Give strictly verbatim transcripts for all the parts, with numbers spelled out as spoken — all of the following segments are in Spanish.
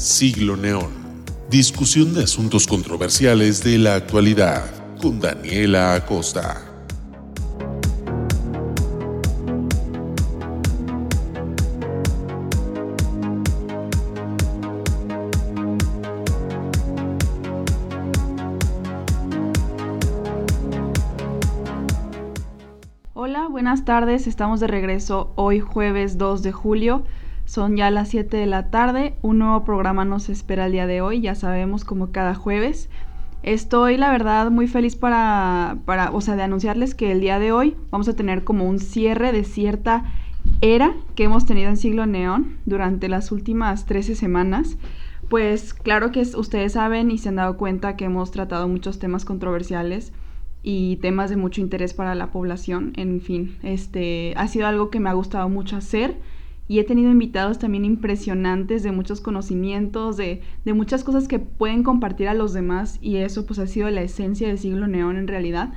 Siglo Neón. Discusión de asuntos controversiales de la actualidad con Daniela Acosta. Hola, buenas tardes, estamos de regreso hoy jueves dos de julio, son ya las siete de la tarde, un nuevo programa nos espera el día de hoy, ya sabemos, como cada jueves. Estoy la verdad muy feliz para, para, o sea, de anunciarles que el día de hoy vamos a tener como un cierre de cierta era que hemos tenido en Siglo Neón durante las últimas trece semanas. Pues claro que ustedes saben y se han dado cuenta que hemos tratado muchos temas controversiales y temas de mucho interés para la población. En fin, este ha sido algo que me ha gustado mucho hacer y he tenido invitados también impresionantes de muchos conocimientos, de, de muchas cosas que pueden compartir a los demás, y eso pues ha sido la esencia del Siglo Neón en realidad.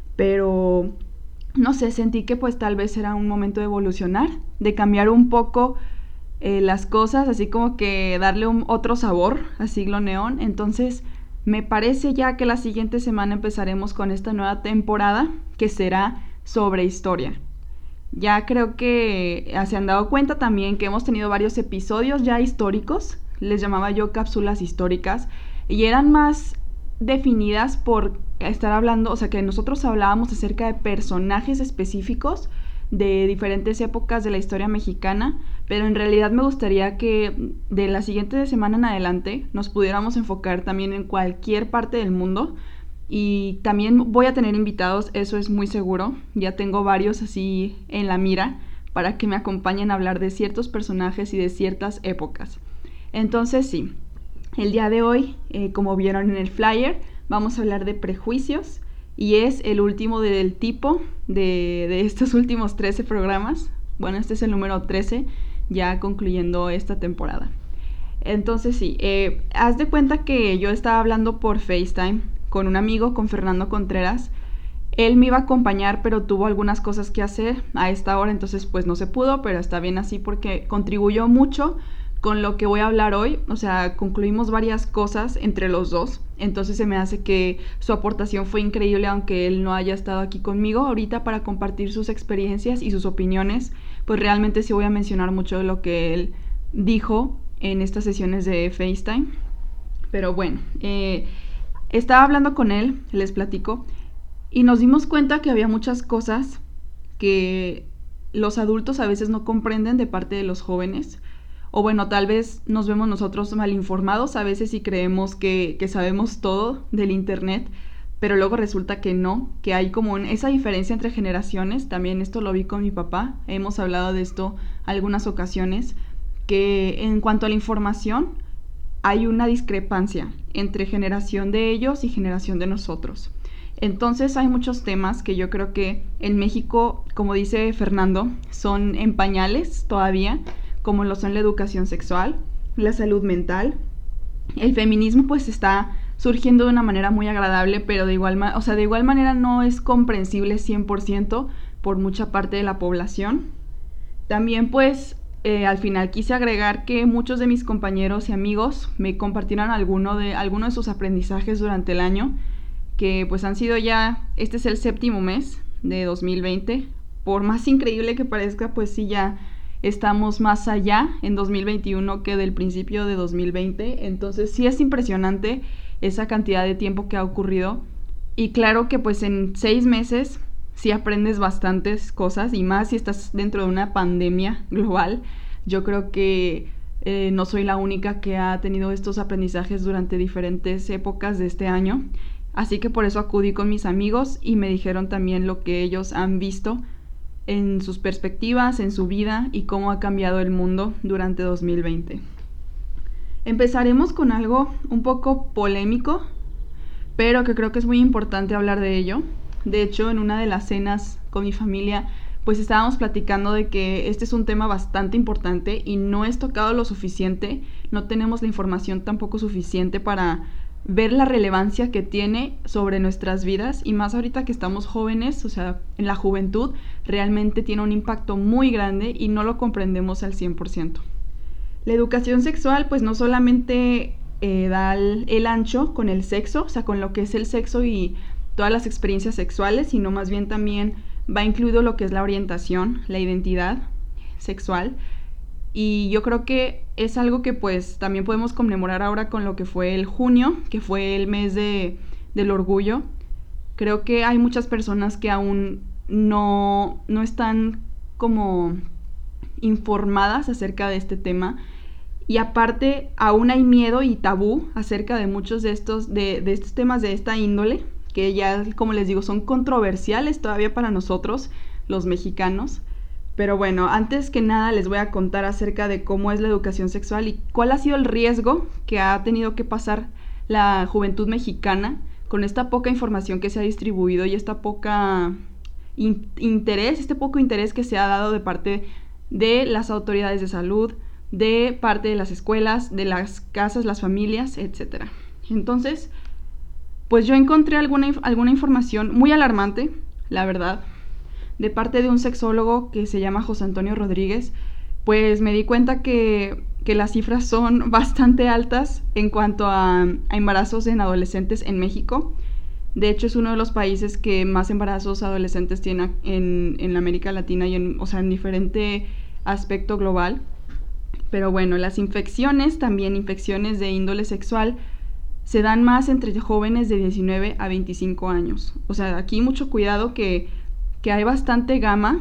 Pero no sé, sentí que pues tal vez era un momento de evolucionar, de cambiar un poco eh, las cosas, así como que darle un, otro sabor a Siglo Neón. Entonces me parece ya que la siguiente semana empezaremos con esta nueva temporada que será sobre historia. Ya creo que se han dado cuenta también que hemos tenido varios episodios ya históricos, les llamaba yo cápsulas históricas, y eran más definidas por estar hablando, o sea que nosotros hablábamos acerca de personajes específicos de diferentes épocas de la historia mexicana, pero en realidad me gustaría que de la siguiente semana en adelante nos pudiéramos enfocar también en cualquier parte del mundo. Y también voy a tener invitados, eso es muy seguro, ya tengo varios así en la mira para que me acompañen a hablar de ciertos personajes y de ciertas épocas. Entonces sí, el día de hoy, eh, como vieron en el flyer, vamos a hablar de prejuicios, y es el último del tipo de, de estos últimos trece programas. Bueno, este es el número trece, ya concluyendo esta temporada. Entonces sí, eh, haz de cuenta que yo estaba hablando por FaceTime con un amigo, con Fernando Contreras. Él me iba a acompañar, pero tuvo algunas cosas que hacer a esta hora, entonces pues no se pudo, pero está bien así porque contribuyó mucho con lo que voy a hablar hoy. O sea, concluimos varias cosas entre los dos, entonces se me hace que su aportación fue increíble, aunque él no haya estado aquí conmigo ahorita para compartir sus experiencias y sus opiniones. Pues realmente sí voy a mencionar mucho de lo que él dijo en estas sesiones de FaceTime. Pero bueno, eh, estaba hablando con él, les platico, y nos dimos cuenta que había muchas cosas que los adultos a veces no comprenden de parte de los jóvenes. O bueno, tal vez nos vemos nosotros mal informados a veces y creemos que, que sabemos todo del internet, pero luego resulta que no, que hay como esa diferencia entre generaciones. También esto lo vi con mi papá, hemos hablado de esto algunas ocasiones, que en cuanto a la información hay una discrepancia entre generación de ellos y generación de nosotros. Entonces hay muchos temas que yo creo que en México, como dice Fernando, son en pañales todavía, como lo son la educación sexual, la salud mental. El feminismo pues está surgiendo de una manera muy agradable, pero de igual, ma- o sea, de igual manera no es comprensible cien por ciento por mucha parte de la población. También pues eh, al final quise agregar que muchos de mis compañeros y amigos me compartieron alguno de, alguno de sus aprendizajes durante el año, que pues han sido ya, este es el séptimo mes de dos mil veinte. Por más increíble que parezca, pues sí, ya estamos más allá en dos mil veintiuno que del principio de dos mil veinte. Entonces sí es impresionante esa cantidad de tiempo que ha ocurrido. Y claro que pues en seis meses sí aprendes bastantes cosas, y más si estás dentro de una pandemia global. Yo creo que eh, no soy la única que ha tenido estos aprendizajes durante diferentes épocas de este año. Así que por eso acudí con mis amigos y me dijeron también lo que ellos han visto en sus perspectivas, en su vida, y cómo ha cambiado el mundo durante dos mil veinte. Empezaremos con algo un poco polémico, pero que creo que es muy importante hablar de ello. De hecho, en una de las cenas con mi familia, pues estábamos platicando de que este es un tema bastante importante y no es tocado lo suficiente, no tenemos la información tampoco suficiente para ver la relevancia que tiene sobre nuestras vidas, y más ahorita que estamos jóvenes, o sea, en la juventud realmente tiene un impacto muy grande y no lo comprendemos al cien por ciento. La educación sexual pues no solamente eh, da el, el ancho con el sexo, o sea, con lo que es el sexo y todas las experiencias sexuales, sino más bien también va incluido lo que es la orientación, la identidad sexual. Y yo creo que es algo que pues también podemos conmemorar ahora con lo que fue el junio, que fue el mes de, del orgullo. Creo que hay muchas personas que aún no, no están como informadas acerca de este tema. Y aparte, aún hay miedo y tabú acerca de muchos de estos, de, de estos temas de esta índole, que ya, como les digo, son controversiales todavía para nosotros, los mexicanos. Pero bueno, antes que nada les voy a contar acerca de cómo es la educación sexual y cuál ha sido el riesgo que ha tenido que pasar la juventud mexicana con esta poca información que se ha distribuido y esta poca in- interés, este poco interés que se ha dado de parte de las autoridades de salud, de parte de las escuelas, de las casas, las familias, etcétera. Entonces, pues yo encontré alguna, alguna información muy alarmante, la verdad, de parte de un sexólogo que se llama José Antonio Rodríguez. Pues me di cuenta que, que las cifras son bastante altas en cuanto a, a embarazos en adolescentes en México. De hecho, es uno de los países que más embarazos adolescentes tiene en, en América Latina y en, o sea, en diferente aspecto global. Pero bueno, las infecciones, también infecciones de índole sexual, se dan más entre jóvenes de diecinueve a veinticinco años. O sea, aquí mucho cuidado que, que hay bastante gama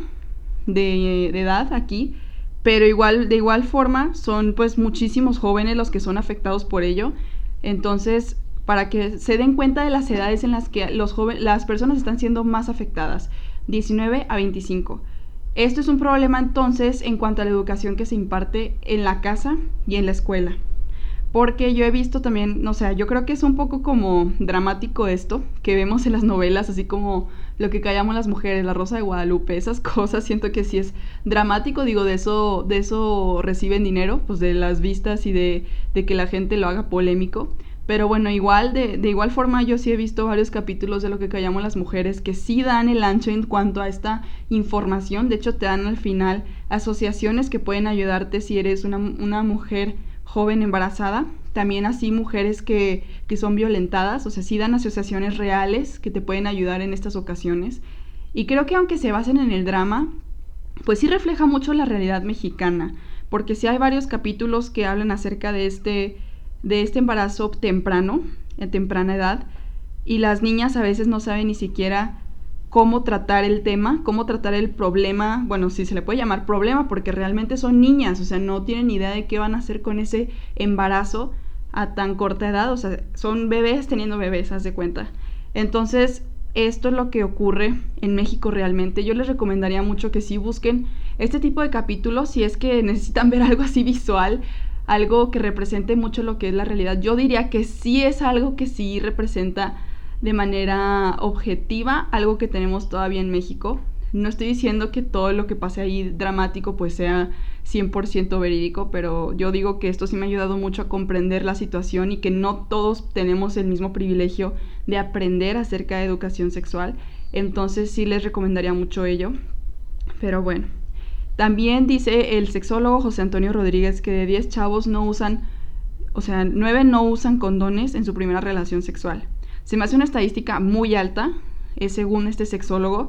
de, de edad aquí, pero igual, de igual forma son pues muchísimos jóvenes los que son afectados por ello. Entonces, para que se den cuenta de las edades en las que los jóvenes, las personas están siendo más afectadas, diecinueve a veinticinco. Esto es un problema entonces en cuanto a la educación que se imparte en la casa y en la escuela. Porque yo he visto también, o sea, yo creo que es un poco como dramático esto que vemos en las novelas, así como Lo que callamos las mujeres, La Rosa de Guadalupe, esas cosas, siento que sí es dramático, digo, de eso, de eso reciben dinero, pues de las vistas y de, de que la gente lo haga polémico. Pero bueno, igual, de, de igual forma yo sí he visto varios capítulos de Lo que callamos las mujeres que sí dan el ancho en cuanto a esta información. De hecho, te dan al final asociaciones que pueden ayudarte si eres una, una mujer joven embarazada. También así mujeres que, que son violentadas, o sea, sí dan asociaciones reales que te pueden ayudar en estas ocasiones. Y creo que aunque se basen en el drama, pues sí refleja mucho la realidad mexicana, porque sí hay varios capítulos que hablan acerca de este... de este embarazo temprano, a temprana edad, y las niñas a veces no saben ni siquiera cómo tratar el tema, cómo tratar el problema, bueno, si se le puede llamar problema, porque realmente son niñas, o sea, no tienen idea de qué van a hacer con ese embarazo a tan corta edad, o sea, son bebés teniendo bebés, haz de cuenta. Entonces, esto es lo que ocurre en México realmente. Yo les recomendaría mucho que sí busquen este tipo de capítulos si es que necesitan ver algo así visual, algo que represente mucho lo que es la realidad. Yo diría que sí es algo que sí representa de manera objetiva algo que tenemos todavía en México. No estoy diciendo que todo lo que pase ahí dramático pues sea cien por ciento verídico, pero yo digo que esto sí me ha ayudado mucho a comprender la situación y que no todos tenemos el mismo privilegio de aprender acerca de educación sexual. Entonces sí les recomendaría mucho ello. Pero bueno. También dice el sexólogo José Antonio Rodríguez que de diez chavos no usan, o sea, nueve no usan condones en su primera relación sexual. Se me hace una estadística muy alta, es según este sexólogo,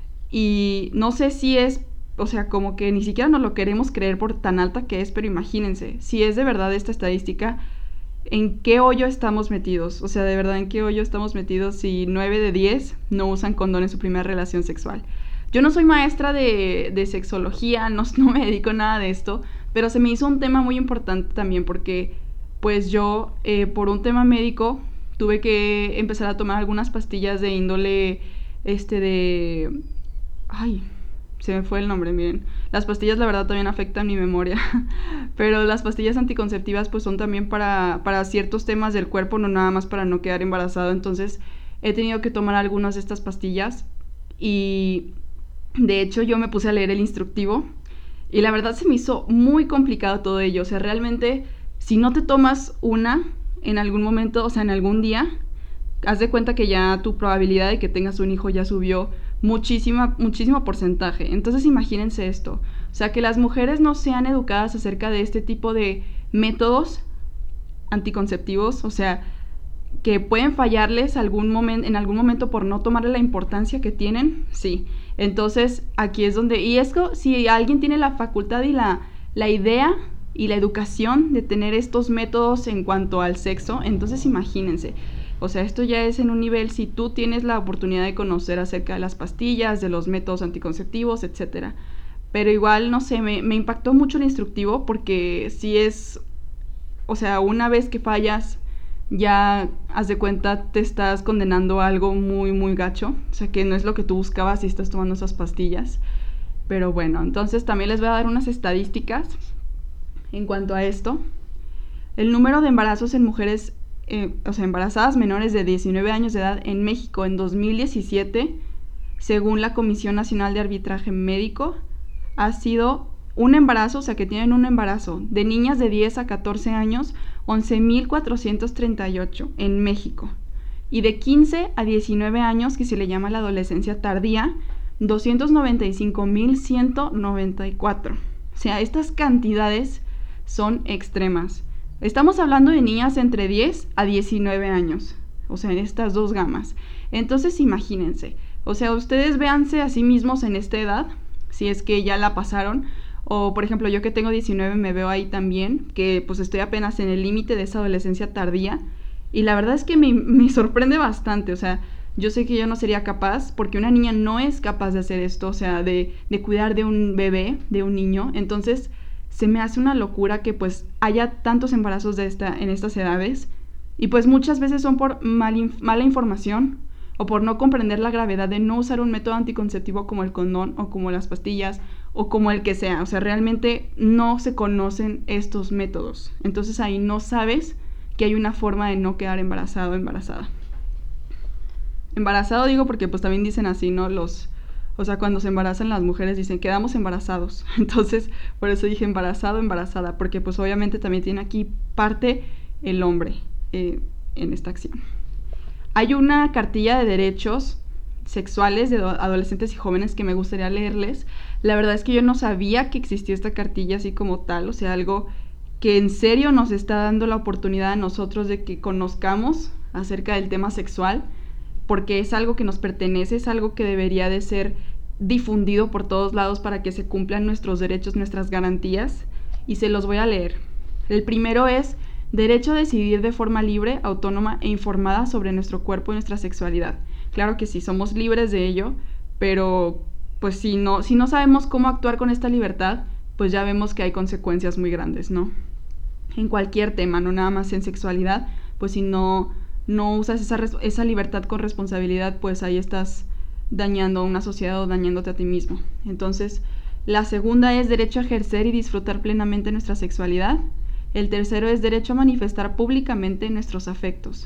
y no sé si es, o sea, como que ni siquiera nos lo queremos creer por tan alta que es, pero imagínense, si es de verdad esta estadística, ¿en qué hoyo estamos metidos? O sea, de verdad, ¿en qué hoyo estamos metidos si nueve de diez no usan condón en su primera relación sexual? Yo no soy maestra de, de sexología, no, no me dedico a nada de esto, pero se me hizo un tema muy importante también porque pues yo eh, por un tema médico tuve que empezar a tomar algunas pastillas de índole este de... Ay, se me fue el nombre, miren. Las pastillas la verdad también afectan mi memoria, pero las pastillas anticonceptivas pues son también para, para ciertos temas del cuerpo, no nada más para no quedar embarazado. Entonces he tenido que tomar algunas de estas pastillas y... De hecho, yo me puse a leer el instructivo y la verdad se me hizo muy complicado todo ello. O sea, realmente, si no te tomas una en algún momento, o sea, en algún día, haz de cuenta que ya tu probabilidad de que tengas un hijo ya subió muchísima, muchísimo porcentaje. Entonces imagínense esto, o sea, que las mujeres no sean educadas acerca de este tipo de métodos anticonceptivos, o sea, que pueden fallarles algún momento, en algún momento por no tomarle la importancia que tienen, sí. Entonces aquí es donde, y esto, si alguien tiene la facultad y la, la idea y la educación de tener estos métodos en cuanto al sexo, entonces imagínense, o sea, esto ya es en un nivel, si tú tienes la oportunidad de conocer acerca de las pastillas, de los métodos anticonceptivos, etcétera. Pero igual, no sé, me, me impactó mucho el instructivo porque si es, o sea, una vez que fallas, ya, haz de cuenta, te estás condenando a algo muy, muy gacho. O sea, que no es lo que tú buscabas si estás tomando esas pastillas. Pero bueno, entonces también les voy a dar unas estadísticas en cuanto a esto. El número de embarazos en mujeres, eh, o sea, embarazadas menores de diecinueve años de edad en México en dos mil diecisiete, según la Comisión Nacional de Arbitraje Médico, ha sido un embarazo, o sea, que tienen un embarazo de niñas de diez a catorce años, once mil cuatrocientos treinta y ocho en México. Y de quince a diecinueve años, que se le llama la adolescencia tardía, doscientos noventa y cinco mil ciento noventa y cuatro. O sea, estas cantidades son extremas. Estamos hablando de niñas entre diez a diecinueve años, o sea, en estas dos gamas. Entonces, imagínense, o sea, ustedes véanse a sí mismos en esta edad, si es que ya la pasaron, o por ejemplo yo que tengo diecinueve me veo ahí también, que pues estoy apenas en el límite de esa adolescencia tardía, y la verdad es que me, me sorprende bastante, o sea, yo sé que yo no sería capaz, porque una niña no es capaz de hacer esto, o sea, de, de cuidar de un bebé, de un niño, entonces se me hace una locura que pues haya tantos embarazos de esta, en estas edades, y pues muchas veces son por mal, mala información, o por no comprender la gravedad de no usar un método anticonceptivo como el condón o como las pastillas o como el que sea. O sea, realmente no se conocen estos métodos. Entonces ahí no sabes que hay una forma de no quedar embarazado o embarazada. Embarazado digo porque pues también dicen así, ¿no? Los, o sea, cuando se embarazan las mujeres dicen quedamos embarazados. Entonces por eso dije embarazado, embarazada, porque pues obviamente también tiene aquí parte el hombre eh, en esta acción. Hay una cartilla de derechos sexuales de adolescentes y jóvenes que me gustaría leerles. La verdad es que yo no sabía que existía esta cartilla así como tal, o sea, algo que en serio nos está dando la oportunidad a nosotros de que conozcamos acerca del tema sexual, porque es algo que nos pertenece, es algo que debería de ser difundido por todos lados para que se cumplan nuestros derechos, nuestras garantías, y se los voy a leer. El primero es: derecho a decidir de forma libre, autónoma e informada sobre nuestro cuerpo y nuestra sexualidad. Claro que sí, somos libres de ello, pero pues si no, si no sabemos cómo actuar con esta libertad, pues ya vemos que hay consecuencias muy grandes, ¿no? En cualquier tema, no nada más en sexualidad, pues si no, no usas esa, esa libertad con responsabilidad, pues ahí estás dañando a una sociedad o dañándote a ti mismo. Entonces, la segunda es derecho a ejercer y disfrutar plenamente nuestra sexualidad. El tercero es derecho a manifestar públicamente nuestros afectos.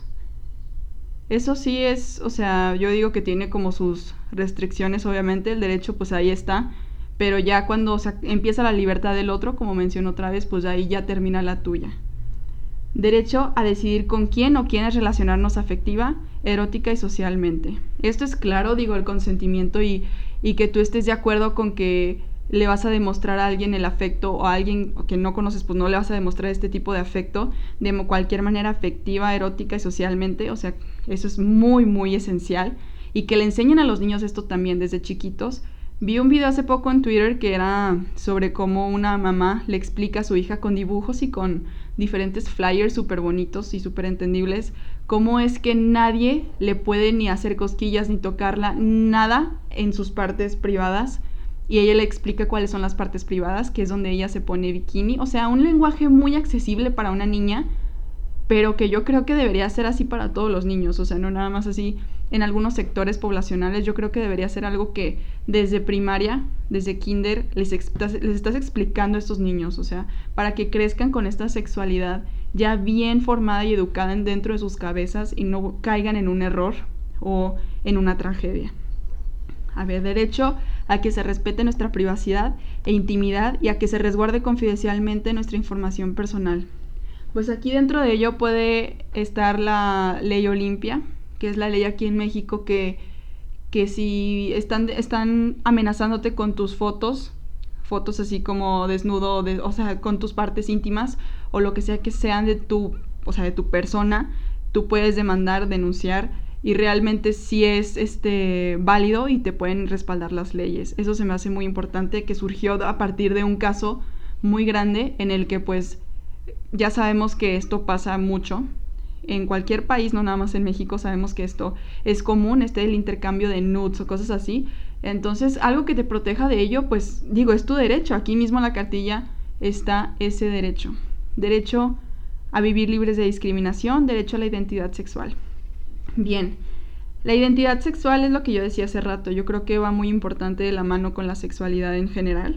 Eso sí es, o sea, yo digo que tiene como sus restricciones, obviamente, el derecho pues ahí está, pero ya cuando o sea, empieza la libertad del otro, como mencioné otra vez, pues ahí ya termina la tuya. Derecho a decidir con quién o quiénes relacionarnos afectiva, erótica y socialmente. Esto es claro, digo, el consentimiento y, y que tú estés de acuerdo con que le vas a demostrar a alguien el afecto o a alguien que no conoces, pues no le vas a demostrar este tipo de afecto de cualquier manera afectiva, erótica y socialmente. O sea, eso es muy, muy esencial. Y que le enseñen a los niños esto también desde chiquitos. Vi un video hace poco en Twitter que era sobre cómo una mamá le explica a su hija con dibujos y con diferentes flyers súper bonitos y súper entendibles cómo es que nadie le puede ni hacer cosquillas ni tocarla, nada en sus partes privadas. Y ella le explica cuáles son las partes privadas, que es donde ella se pone bikini. O sea, un lenguaje muy accesible para una niña, pero que yo creo que debería ser así para todos los niños. O sea, no nada más así en algunos sectores poblacionales. Yo creo que debería ser algo que desde primaria, desde kinder, les, les estás explicando a estos niños. O sea, para que crezcan con esta sexualidad ya bien formada y educada dentro de sus cabezas y no caigan en un error o en una tragedia. A ver, derecho a que se respete nuestra privacidad e intimidad y a que se resguarde confidencialmente nuestra información personal. Pues aquí dentro de ello puede estar la ley Olimpia, que es la ley aquí en México que, que si están, están amenazándote con tus fotos, fotos así como desnudo, de, o sea, con tus partes íntimas o lo que sea que sean de tu, o sea, de tu persona, tú puedes demandar, denunciar y realmente sí es este válido y te pueden respaldar las leyes. Eso se me hace muy importante, que surgió a partir de un caso muy grande en el que pues ya sabemos que esto pasa mucho en cualquier país, no nada más en México, sabemos que esto es común, este el intercambio de nudes o cosas así. Entonces, algo que te proteja de ello, pues digo, es tu derecho. Aquí mismo en la cartilla está ese derecho. Derecho a vivir libres de discriminación, derecho a la identidad sexual. Bien, la identidad sexual es lo que yo decía hace rato. Yo creo que va muy importante de la mano con la sexualidad en general,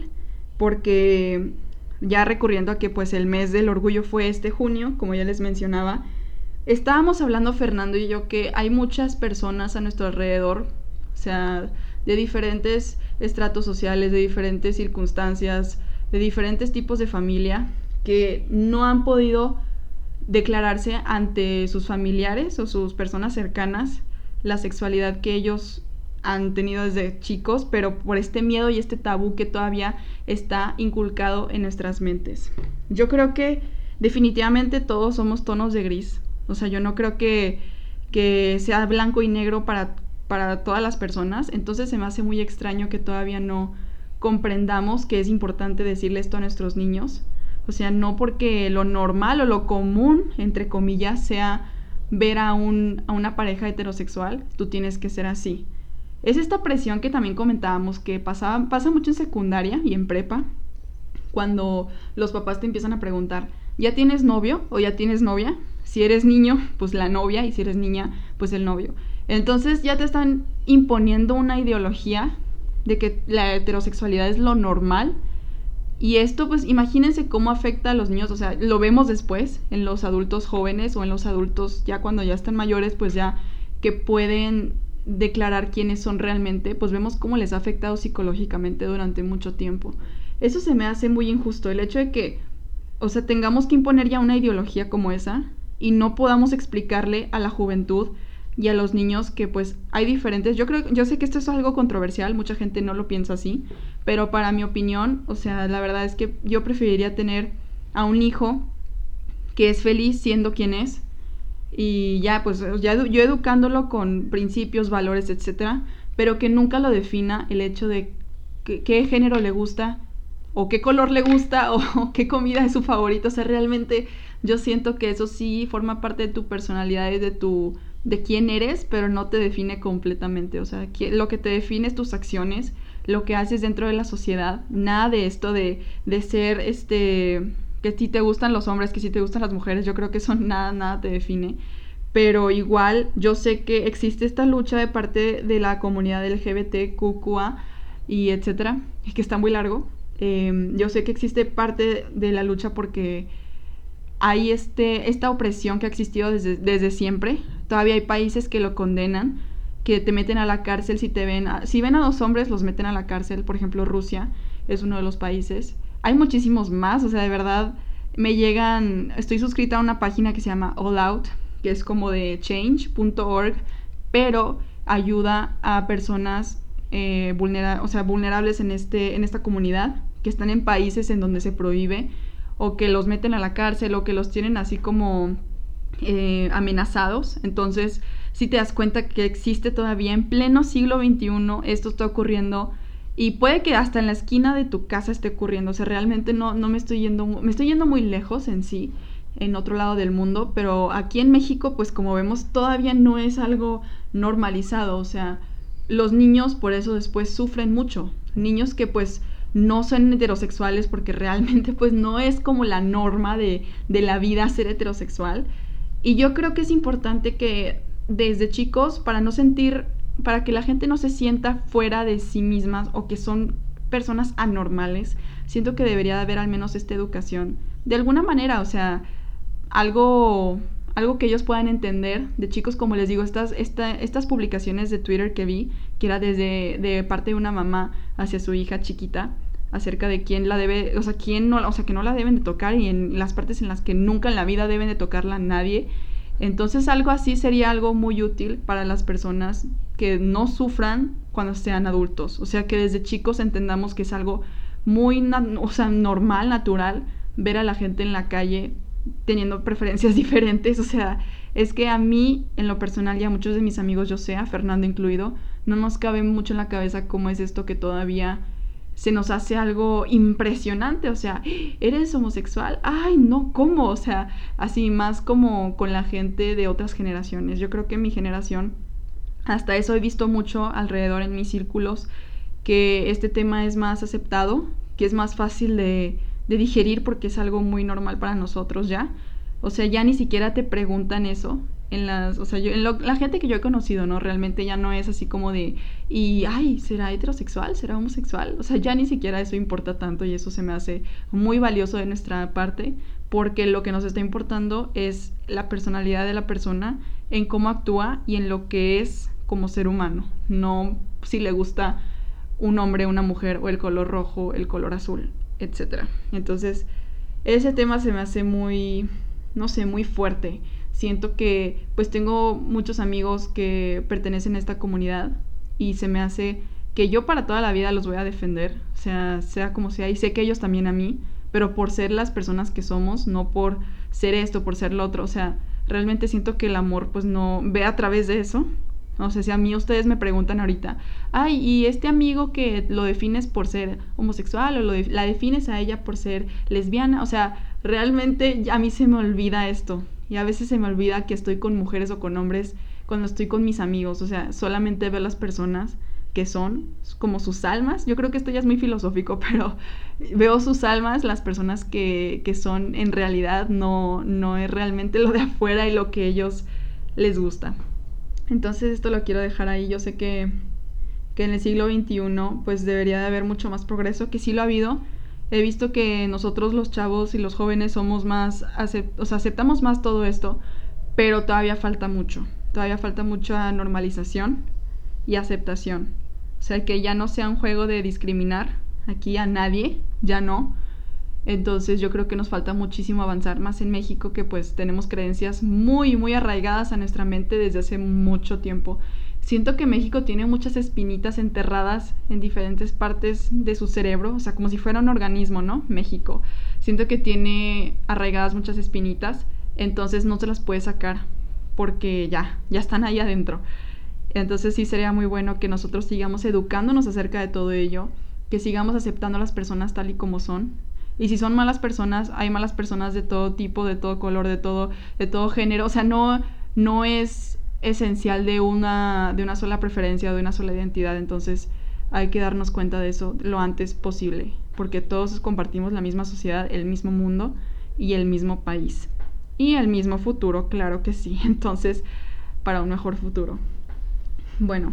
porque ya recurriendo a que pues el mes del orgullo fue este junio, como ya les mencionaba, estábamos hablando Fernando y yo que hay muchas personas a nuestro alrededor, o sea, de diferentes estratos sociales, de diferentes circunstancias, de diferentes tipos de familia, que no han podido declararse ante sus familiares o sus personas cercanas la sexualidad que ellos han tenido desde chicos, pero por este miedo y este tabú que todavía está inculcado en nuestras mentes. Yo creo que definitivamente todos somos tonos de gris. O sea, yo no creo que, que sea blanco y negro para, para todas las personas. Entonces se me hace muy extraño que todavía no comprendamos que es importante decirle esto a nuestros niños. O sea, no porque lo normal o lo común, entre comillas, sea ver a, un, a una pareja heterosexual, tú tienes que ser así. Es esta presión que también comentábamos, que pasa, pasa mucho en secundaria y en prepa, cuando los papás te empiezan a preguntar, ¿ya tienes novio o ya tienes novia? Si eres niño, pues la novia, y si eres niña, pues el novio. Entonces ya te están imponiendo una ideología de que la heterosexualidad es lo normal. Y esto, pues imagínense cómo afecta a los niños. O sea, lo vemos después en los adultos jóvenes o en los adultos ya cuando ya están mayores, pues ya que pueden declarar quiénes son realmente, pues vemos cómo les ha afectado psicológicamente durante mucho tiempo. Eso se me hace muy injusto, el hecho de que, o sea, tengamos que imponer ya una ideología como esa y no podamos explicarle a la juventud y a los niños que pues hay diferentes. Yo creo, yo sé que esto es algo controversial, mucha gente no lo piensa así, pero para mi opinión, o sea, la verdad es que yo preferiría tener a un hijo que es feliz siendo quien es y ya pues ya yo educándolo con principios, valores, etcétera, pero que nunca lo defina el hecho de que, qué género le gusta o qué color le gusta o qué comida es su favorita. O sea, realmente yo siento que eso sí forma parte de tu personalidad y de tu de quién eres, pero no te define completamente. O sea, que, lo que te define es tus acciones, lo que haces dentro de la sociedad. Nada de esto de, de ser, este, que si te gustan los hombres, que si te gustan las mujeres. Yo creo que eso nada, nada te define. Pero igual yo sé que existe esta lucha de parte de la comunidad L G B T Q Q A y etcétera, y que está muy largo. Eh, yo sé que existe parte de la lucha porque hay este, esta opresión que ha existido desde, desde siempre. Todavía hay países que lo condenan, que te meten a la cárcel si te ven, a, si ven a dos hombres los meten a la cárcel. Por ejemplo, Rusia es uno de los países. Hay muchísimos más, o sea, de verdad me llegan, estoy suscrita a una página que se llama All Out, que es como de change punto org, pero ayuda a personas eh, vulnera- o sea, vulnerables en, este, en esta comunidad, que están en países en donde se prohíbe, o que los meten a la cárcel, o que los tienen así como eh, amenazados. Entonces, si te das cuenta que existe todavía en pleno siglo veintiuno, esto está ocurriendo, y puede que hasta en la esquina de tu casa esté ocurriendo. O sea, realmente no, no me estoy yendo, me estoy yendo muy lejos en sí, en otro lado del mundo, pero aquí en México, pues como vemos, todavía no es algo normalizado. O sea, los niños por eso después sufren mucho. Niños que pues no son heterosexuales porque realmente pues no es como la norma de, de la vida ser heterosexual. Y yo creo que es importante que desde chicos, para no sentir, para que la gente no se sienta fuera de sí mismas o que son personas anormales, siento que debería de haber al menos esta educación de alguna manera. O sea, algo, algo que ellos puedan entender de chicos, como les digo, estas, esta, estas publicaciones de Twitter que vi, que era desde de parte de una mamá hacia su hija chiquita, acerca de quién la debe, o sea, quién no, o sea, que no la deben de tocar, y en las partes en las que nunca en la vida deben de tocarla nadie. Entonces algo así sería algo muy útil para las personas que no sufran cuando sean adultos. O sea, que desde chicos entendamos que es algo muy, na- o sea, normal, natural, ver a la gente en la calle teniendo preferencias diferentes. O sea, es que a mí, en lo personal, y a muchos de mis amigos, yo sé, a Fernando incluido, no nos cabe mucho en la cabeza cómo es esto que todavía se nos hace algo impresionante. O sea, ¿eres homosexual? Ay, no, ¿cómo? O sea, así más como con la gente de otras generaciones. Yo creo que mi generación, hasta eso he visto mucho alrededor en mis círculos, que este tema es más aceptado, que es más fácil de, de digerir porque es algo muy normal para nosotros ya. O sea, ya ni siquiera te preguntan eso en las, o sea, yo, en lo, la gente que yo he conocido, ¿no? Realmente ya no es así como de, y, ay, ¿será heterosexual? ¿Será homosexual? O sea, ya ni siquiera eso importa tanto y eso se me hace muy valioso de nuestra parte, porque lo que nos está importando es la personalidad de la persona, en cómo actúa y en lo que es como ser humano, no si le gusta un hombre, una mujer, o el color rojo, el color azul, etcétera. Entonces, ese tema se me hace muy, no sé, muy fuerte. Siento que pues tengo muchos amigos que pertenecen a esta comunidad y se me hace que yo para toda la vida los voy a defender, o sea, sea como sea, y sé que ellos también a mí, pero por ser las personas que somos, no por ser esto, por ser lo otro. O sea, realmente siento que el amor pues no ve a través de eso. O sea, si a mí ustedes me preguntan ahorita, ay, ¿y este amigo que lo defines por ser homosexual o lo de- la defines a ella por ser lesbiana? O sea, realmente a mí se me olvida esto. Y a veces se me olvida que estoy con mujeres o con hombres cuando estoy con mis amigos. O sea, solamente veo las personas que son como sus almas. Yo creo que esto ya es muy filosófico, pero veo sus almas, las personas que, que son en realidad, no, no es realmente lo de afuera y lo que ellos les gusta. Entonces esto lo quiero dejar ahí. Yo sé que, que en el siglo veintiuno pues debería de haber mucho más progreso, que sí lo ha habido. He visto que nosotros los chavos y los jóvenes somos más, acept- o sea, aceptamos más todo esto, pero todavía falta mucho. Todavía falta mucha normalización y aceptación. O sea, que ya no sea un juego de discriminar aquí a nadie, ya no. Entonces yo creo que nos falta muchísimo avanzar más en México, que pues tenemos creencias muy, muy arraigadas a nuestra mente desde hace mucho tiempo. Siento que México tiene muchas espinitas enterradas en diferentes partes de su cerebro, o sea, como si fuera un organismo, ¿no? México. Siento que tiene arraigadas muchas espinitas, entonces no se las puede sacar porque ya, ya están ahí adentro. Entonces sí sería muy bueno que nosotros sigamos educándonos acerca de todo ello, que sigamos aceptando a las personas tal y como son. Y si son malas personas, hay malas personas de todo tipo, de todo color, de todo, de todo género. O sea, no, no es esencial de una, de una sola preferencia o de una sola identidad. Entonces hay que darnos cuenta de eso lo antes posible, porque todos compartimos la misma sociedad, el mismo mundo y el mismo país. Y el mismo futuro, claro que sí. Entonces, para un mejor futuro. Bueno,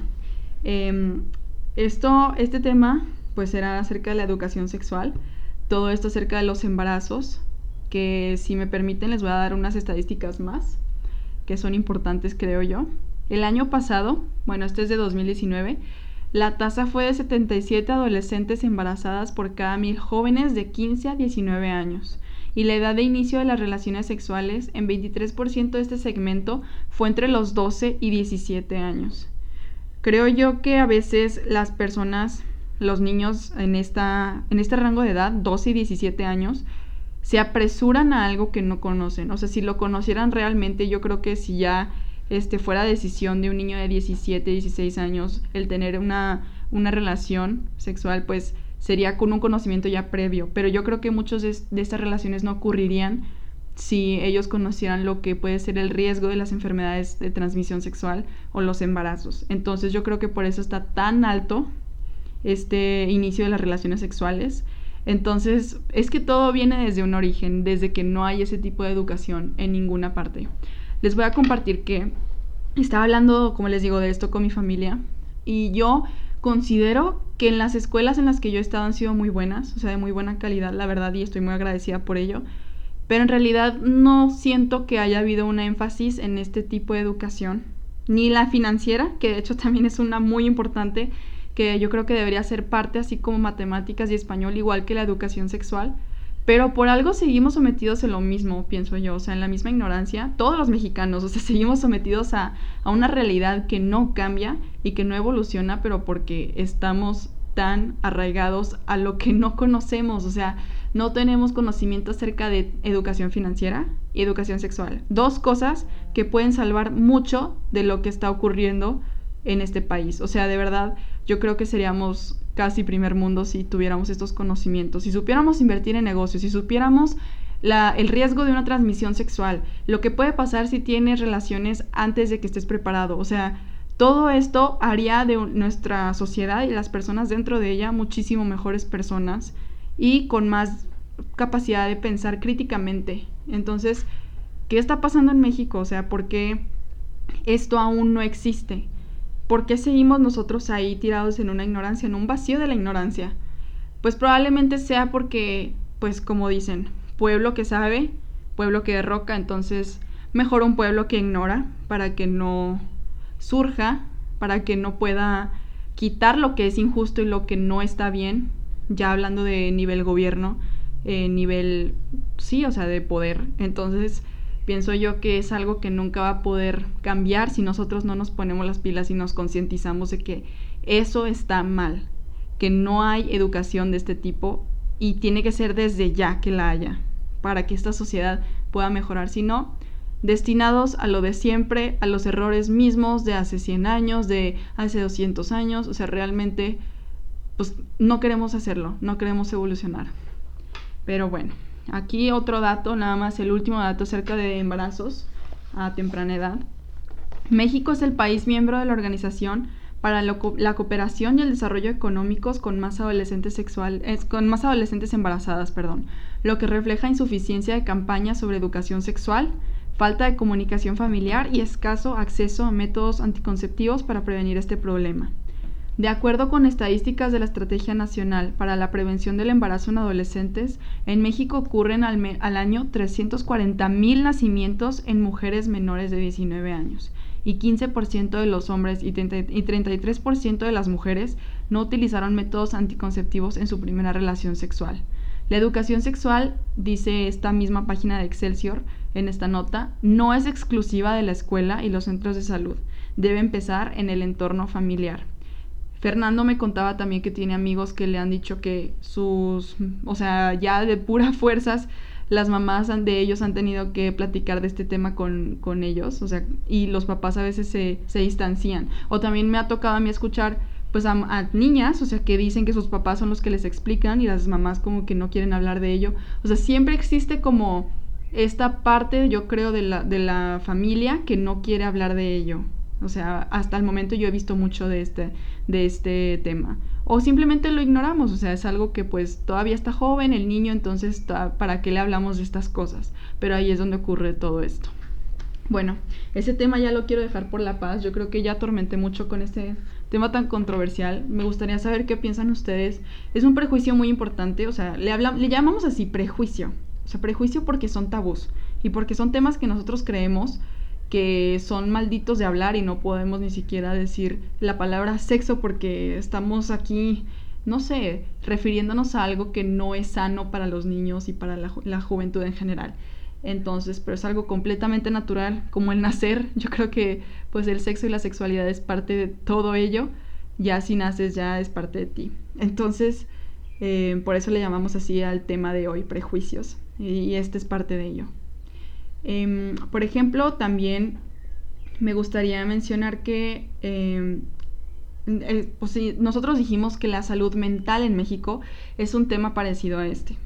eh, esto, este tema pues será acerca de la educación sexual, todo esto acerca de los embarazos, que si me permiten les voy a dar unas estadísticas más, que son importantes creo yo. El año pasado, bueno, este es de dos mil diecinueve, la tasa fue de setenta y siete adolescentes embarazadas por cada mil jóvenes de quince a diecinueve años. Y la edad de inicio de las relaciones sexuales en veintitrés por ciento de este segmento fue entre los doce y diecisiete años. Creo yo que a veces las personas, los niños en, esta, en este rango de edad, doce y diecisiete años, se apresuran a algo que no conocen. O sea, si lo conocieran realmente, yo creo que si ya este, fuera decisión de un niño de diecisiete, dieciséis años el tener una, una relación sexual, pues sería con un conocimiento ya previo. Pero yo creo que muchas de, de estas relaciones no ocurrirían si ellos conocieran lo que puede ser el riesgo de las enfermedades de transmisión sexual o los embarazos. Entonces yo creo que por eso está tan alto este inicio de las relaciones sexuales. Entonces es que todo viene desde un origen, desde que no hay ese tipo de educación en ninguna parte. Les voy a compartir que estaba hablando, como les digo, de esto con mi familia y yo considero que en las escuelas en las que yo he estado han sido muy buenas, o sea, de muy buena calidad, la verdad, y estoy muy agradecida por ello. Pero en realidad no siento que haya habido un énfasis en este tipo de educación, ni la financiera, que de hecho también es una muy importante, que yo creo que debería ser parte, así como matemáticas y español, igual que la educación sexual, Pero por algo seguimos sometidos en lo mismo, pienso yo, o sea, en la misma ignorancia, todos los mexicanos, o sea, seguimos sometidos a, a una realidad que no cambia y que no evoluciona, pero porque estamos tan arraigados a lo que no conocemos, o sea, no tenemos conocimiento acerca de educación financiera y educación sexual. Dos cosas que pueden salvar mucho de lo que está ocurriendo en este país. O sea, de verdad, yo creo que seríamos casi primer mundo si tuviéramos estos conocimientos, si supiéramos invertir en negocios, si supiéramos la, el riesgo de una transmisión sexual, lo que puede pasar si tienes relaciones antes de que estés preparado. O sea, todo esto haría de nuestra sociedad y las personas dentro de ella muchísimo mejores personas y con más capacidad de pensar críticamente. Entonces, ¿qué está pasando en México? O sea, ¿por qué esto aún no existe? ¿Por qué seguimos nosotros ahí tirados en una ignorancia, en un vacío de la ignorancia? Pues probablemente sea porque, pues como dicen, pueblo que sabe, pueblo que derroca, entonces mejor un pueblo que ignora para que no surja, para que no pueda quitar lo que es injusto y lo que no está bien, ya hablando de nivel gobierno, eh, nivel, sí, o sea, de poder. Entonces, pienso yo que es algo que nunca va a poder cambiar si nosotros no nos ponemos las pilas y nos concientizamos de que eso está mal, que no hay educación de este tipo y tiene que ser desde ya que la haya para que esta sociedad pueda mejorar. Si no, destinados a lo de siempre, a los errores mismos de hace cien años, de hace doscientos años. O sea, realmente pues no queremos hacerlo, no queremos evolucionar. Pero bueno, aquí otro dato, nada más el último dato acerca de embarazos a temprana edad. México es el país miembro de la Organización para la Cooperación y el Desarrollo Económicos con más adolescentes sexual, eh, con más adolescentes embarazadas, perdón, lo que refleja insuficiencia de campañas sobre educación sexual, falta de comunicación familiar y escaso acceso a métodos anticonceptivos para prevenir este problema. De acuerdo con estadísticas de la Estrategia Nacional para la Prevención del Embarazo en Adolescentes, en México ocurren al, me- al año trescientos cuarenta mil nacimientos en mujeres menores de diecinueve años y quince por ciento de los hombres y treinta y tres por ciento de las mujeres no utilizaron métodos anticonceptivos en su primera relación sexual. La educación sexual, dice esta misma página de Excelsior en esta nota, no es exclusiva de la escuela y los centros de salud. Debe empezar en el entorno familiar. Fernando me contaba también que tiene amigos que le han dicho que sus, o sea, ya de pura fuerzas, las mamás de ellos han tenido que platicar de este tema con, con ellos, o sea, y los papás a veces se, se distancian. O también me ha tocado a mí escuchar pues a, a niñas, o sea, que dicen que sus papás son los que les explican y las mamás como que no quieren hablar de ello. O sea, siempre existe como esta parte, yo creo, de la, de la familia que no quiere hablar de ello. O sea, hasta el momento yo he visto mucho de este, de este tema. O simplemente lo ignoramos, o sea, es algo que pues todavía está joven el niño, entonces ¿para qué le hablamos de estas cosas? Pero ahí es donde ocurre todo esto. Bueno, ese tema ya lo quiero dejar por la paz. Yo creo que ya atormenté mucho con este tema tan controversial. Me gustaría saber qué piensan ustedes. Es un prejuicio muy importante, o sea, le, habla, le llamamos así prejuicio. O sea, prejuicio porque son tabús y porque son temas que nosotros creemos que son malditos de hablar y no podemos ni siquiera decir la palabra sexo porque estamos aquí, no sé, refiriéndonos a algo que no es sano para los niños y para la, la juventud en general. Entonces, pero es algo completamente natural, como el nacer. Yo creo que pues el sexo y la sexualidad es parte de todo ello. Ya si naces ya es parte de ti. Entonces, eh, por eso le llamamos así al tema de hoy, prejuicios. Y, y este es parte de ello. Eh, por ejemplo, también me gustaría mencionar que eh, eh, pues, sí, nosotros dijimos que la salud mental en México es un tema parecido a este.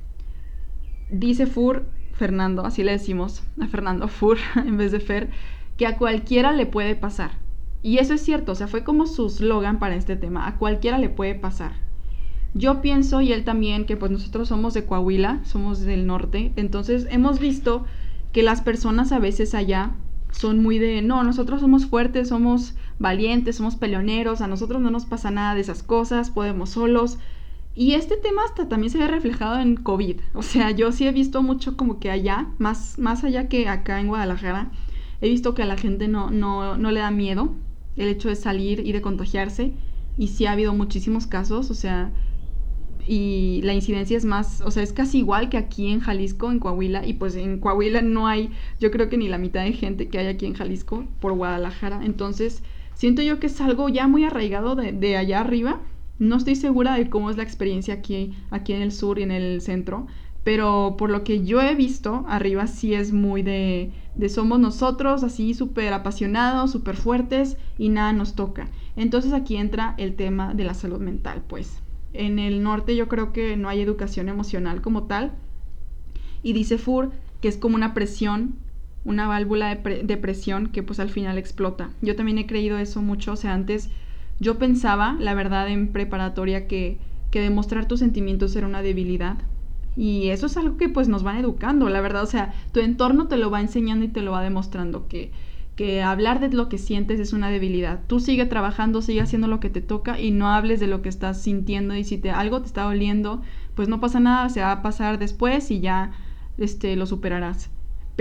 Dice Fur, Fernando, así le decimos a Fernando, Fur en vez de Fer, que a cualquiera le puede pasar. Y eso es cierto, o sea, fue como su slogan para este tema, a cualquiera le puede pasar. Yo pienso, y él también, que pues nosotros somos de Coahuila, somos del norte, entonces hemos visto que las personas a veces allá son muy de, no, nosotros somos fuertes, somos valientes, somos peleoneros, a nosotros no nos pasa nada de esas cosas, podemos solos. Y este tema hasta también se ve reflejado en COVID. O sea, yo sí he visto mucho como que allá, más, más allá que acá en Guadalajara, he visto que a la gente no, no, no le da miedo el hecho de salir y de contagiarse. Y sí ha habido muchísimos casos, o sea, y la incidencia es más, o sea, es casi igual que aquí en Jalisco, en Coahuila, y pues en Coahuila no hay, yo creo que ni la mitad de gente que hay aquí en Jalisco por Guadalajara. Entonces siento yo que es algo ya muy arraigado de, de allá arriba. No estoy segura de cómo es la experiencia aquí, aquí en el sur y en el centro, pero por lo que yo he visto, arriba sí es muy de, de somos nosotros, así súper apasionados, súper fuertes y nada nos toca. Entonces aquí entra el tema de la salud mental, pues. En el norte yo creo que no hay educación emocional como tal. Y dice Fur que es como una presión, una válvula de, pre- de presión que pues al final explota. Yo también he creído eso mucho, o sea, antes yo pensaba, la verdad, en preparatoria que, que demostrar tus sentimientos era una debilidad. Y eso es algo que pues nos van educando, la verdad, o sea, tu entorno te lo va enseñando y te lo va demostrando que que hablar de lo que sientes es una debilidad. Tú sigue trabajando, sigue haciendo lo que te toca y no hables de lo que estás sintiendo, y si te, algo te está doliendo, pues no pasa nada, se va a pasar después y ya este, lo superarás.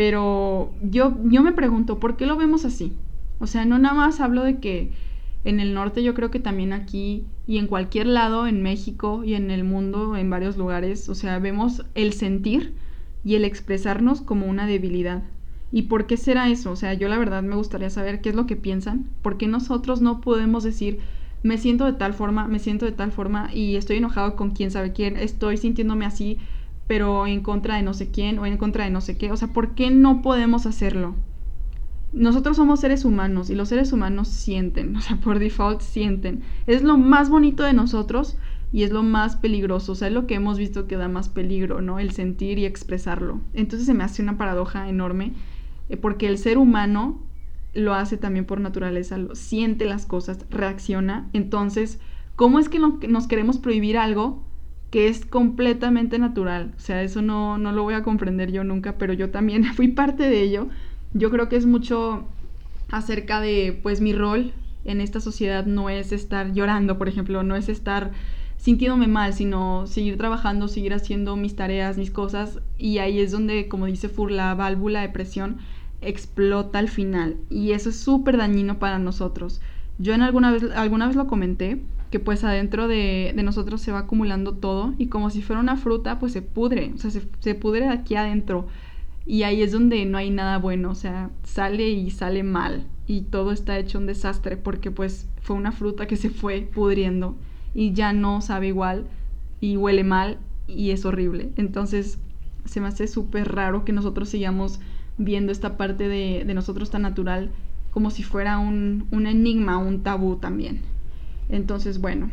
Pero yo, yo me pregunto, ¿por qué lo vemos así? O sea, no nada más hablo de que en el norte, yo creo que también aquí y en cualquier lado, en México y en el mundo, en varios lugares, o sea, vemos el sentir y el expresarnos como una debilidad. ¿Y por qué será eso? O sea, yo la verdad me gustaría saber qué es lo que piensan. ¿Por qué nosotros no podemos decir, me siento de tal forma, me siento de tal forma y estoy enojado con quién sabe quién, estoy sintiéndome así, pero en contra de no sé quién o en contra de no sé qué? O sea, ¿por qué no podemos hacerlo? Nosotros somos seres humanos y los seres humanos sienten, o sea, por default sienten. Es lo más bonito de nosotros y es lo más peligroso, o sea, es lo que hemos visto que da más peligro, ¿no? El sentir y expresarlo. Entonces se me hace una paradoja enorme, eh, porque el ser humano lo hace también por naturaleza, lo, siente las cosas, reacciona. Entonces, ¿cómo es que no, nos queremos prohibir algo que es completamente natural? O sea, eso no, no lo voy a comprender yo nunca, pero yo también fui parte de ello. Yo creo que es mucho acerca de, pues, mi rol en esta sociedad no es estar llorando, por ejemplo, no es estar sintiéndome mal, sino seguir trabajando, seguir haciendo mis tareas, mis cosas, y ahí es donde, como dice Fur, la válvula de presión explota al final, y eso es súper dañino para nosotros. Yo en alguna vez, alguna vez lo comenté, que pues adentro de, de nosotros se va acumulando todo, y como si fuera una fruta, pues se pudre, o sea, se, se pudre de aquí adentro. Y ahí es donde no hay nada bueno, o sea, sale y sale mal y todo está hecho un desastre porque pues fue una fruta que se fue pudriendo y ya no sabe igual y huele mal y es horrible. Entonces se me hace súper raro que nosotros sigamos viendo esta parte de, de nosotros tan natural como si fuera un, un enigma, un tabú también. Entonces, bueno,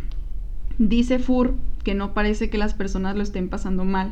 dice Fur que no parece que las personas lo estén pasando mal.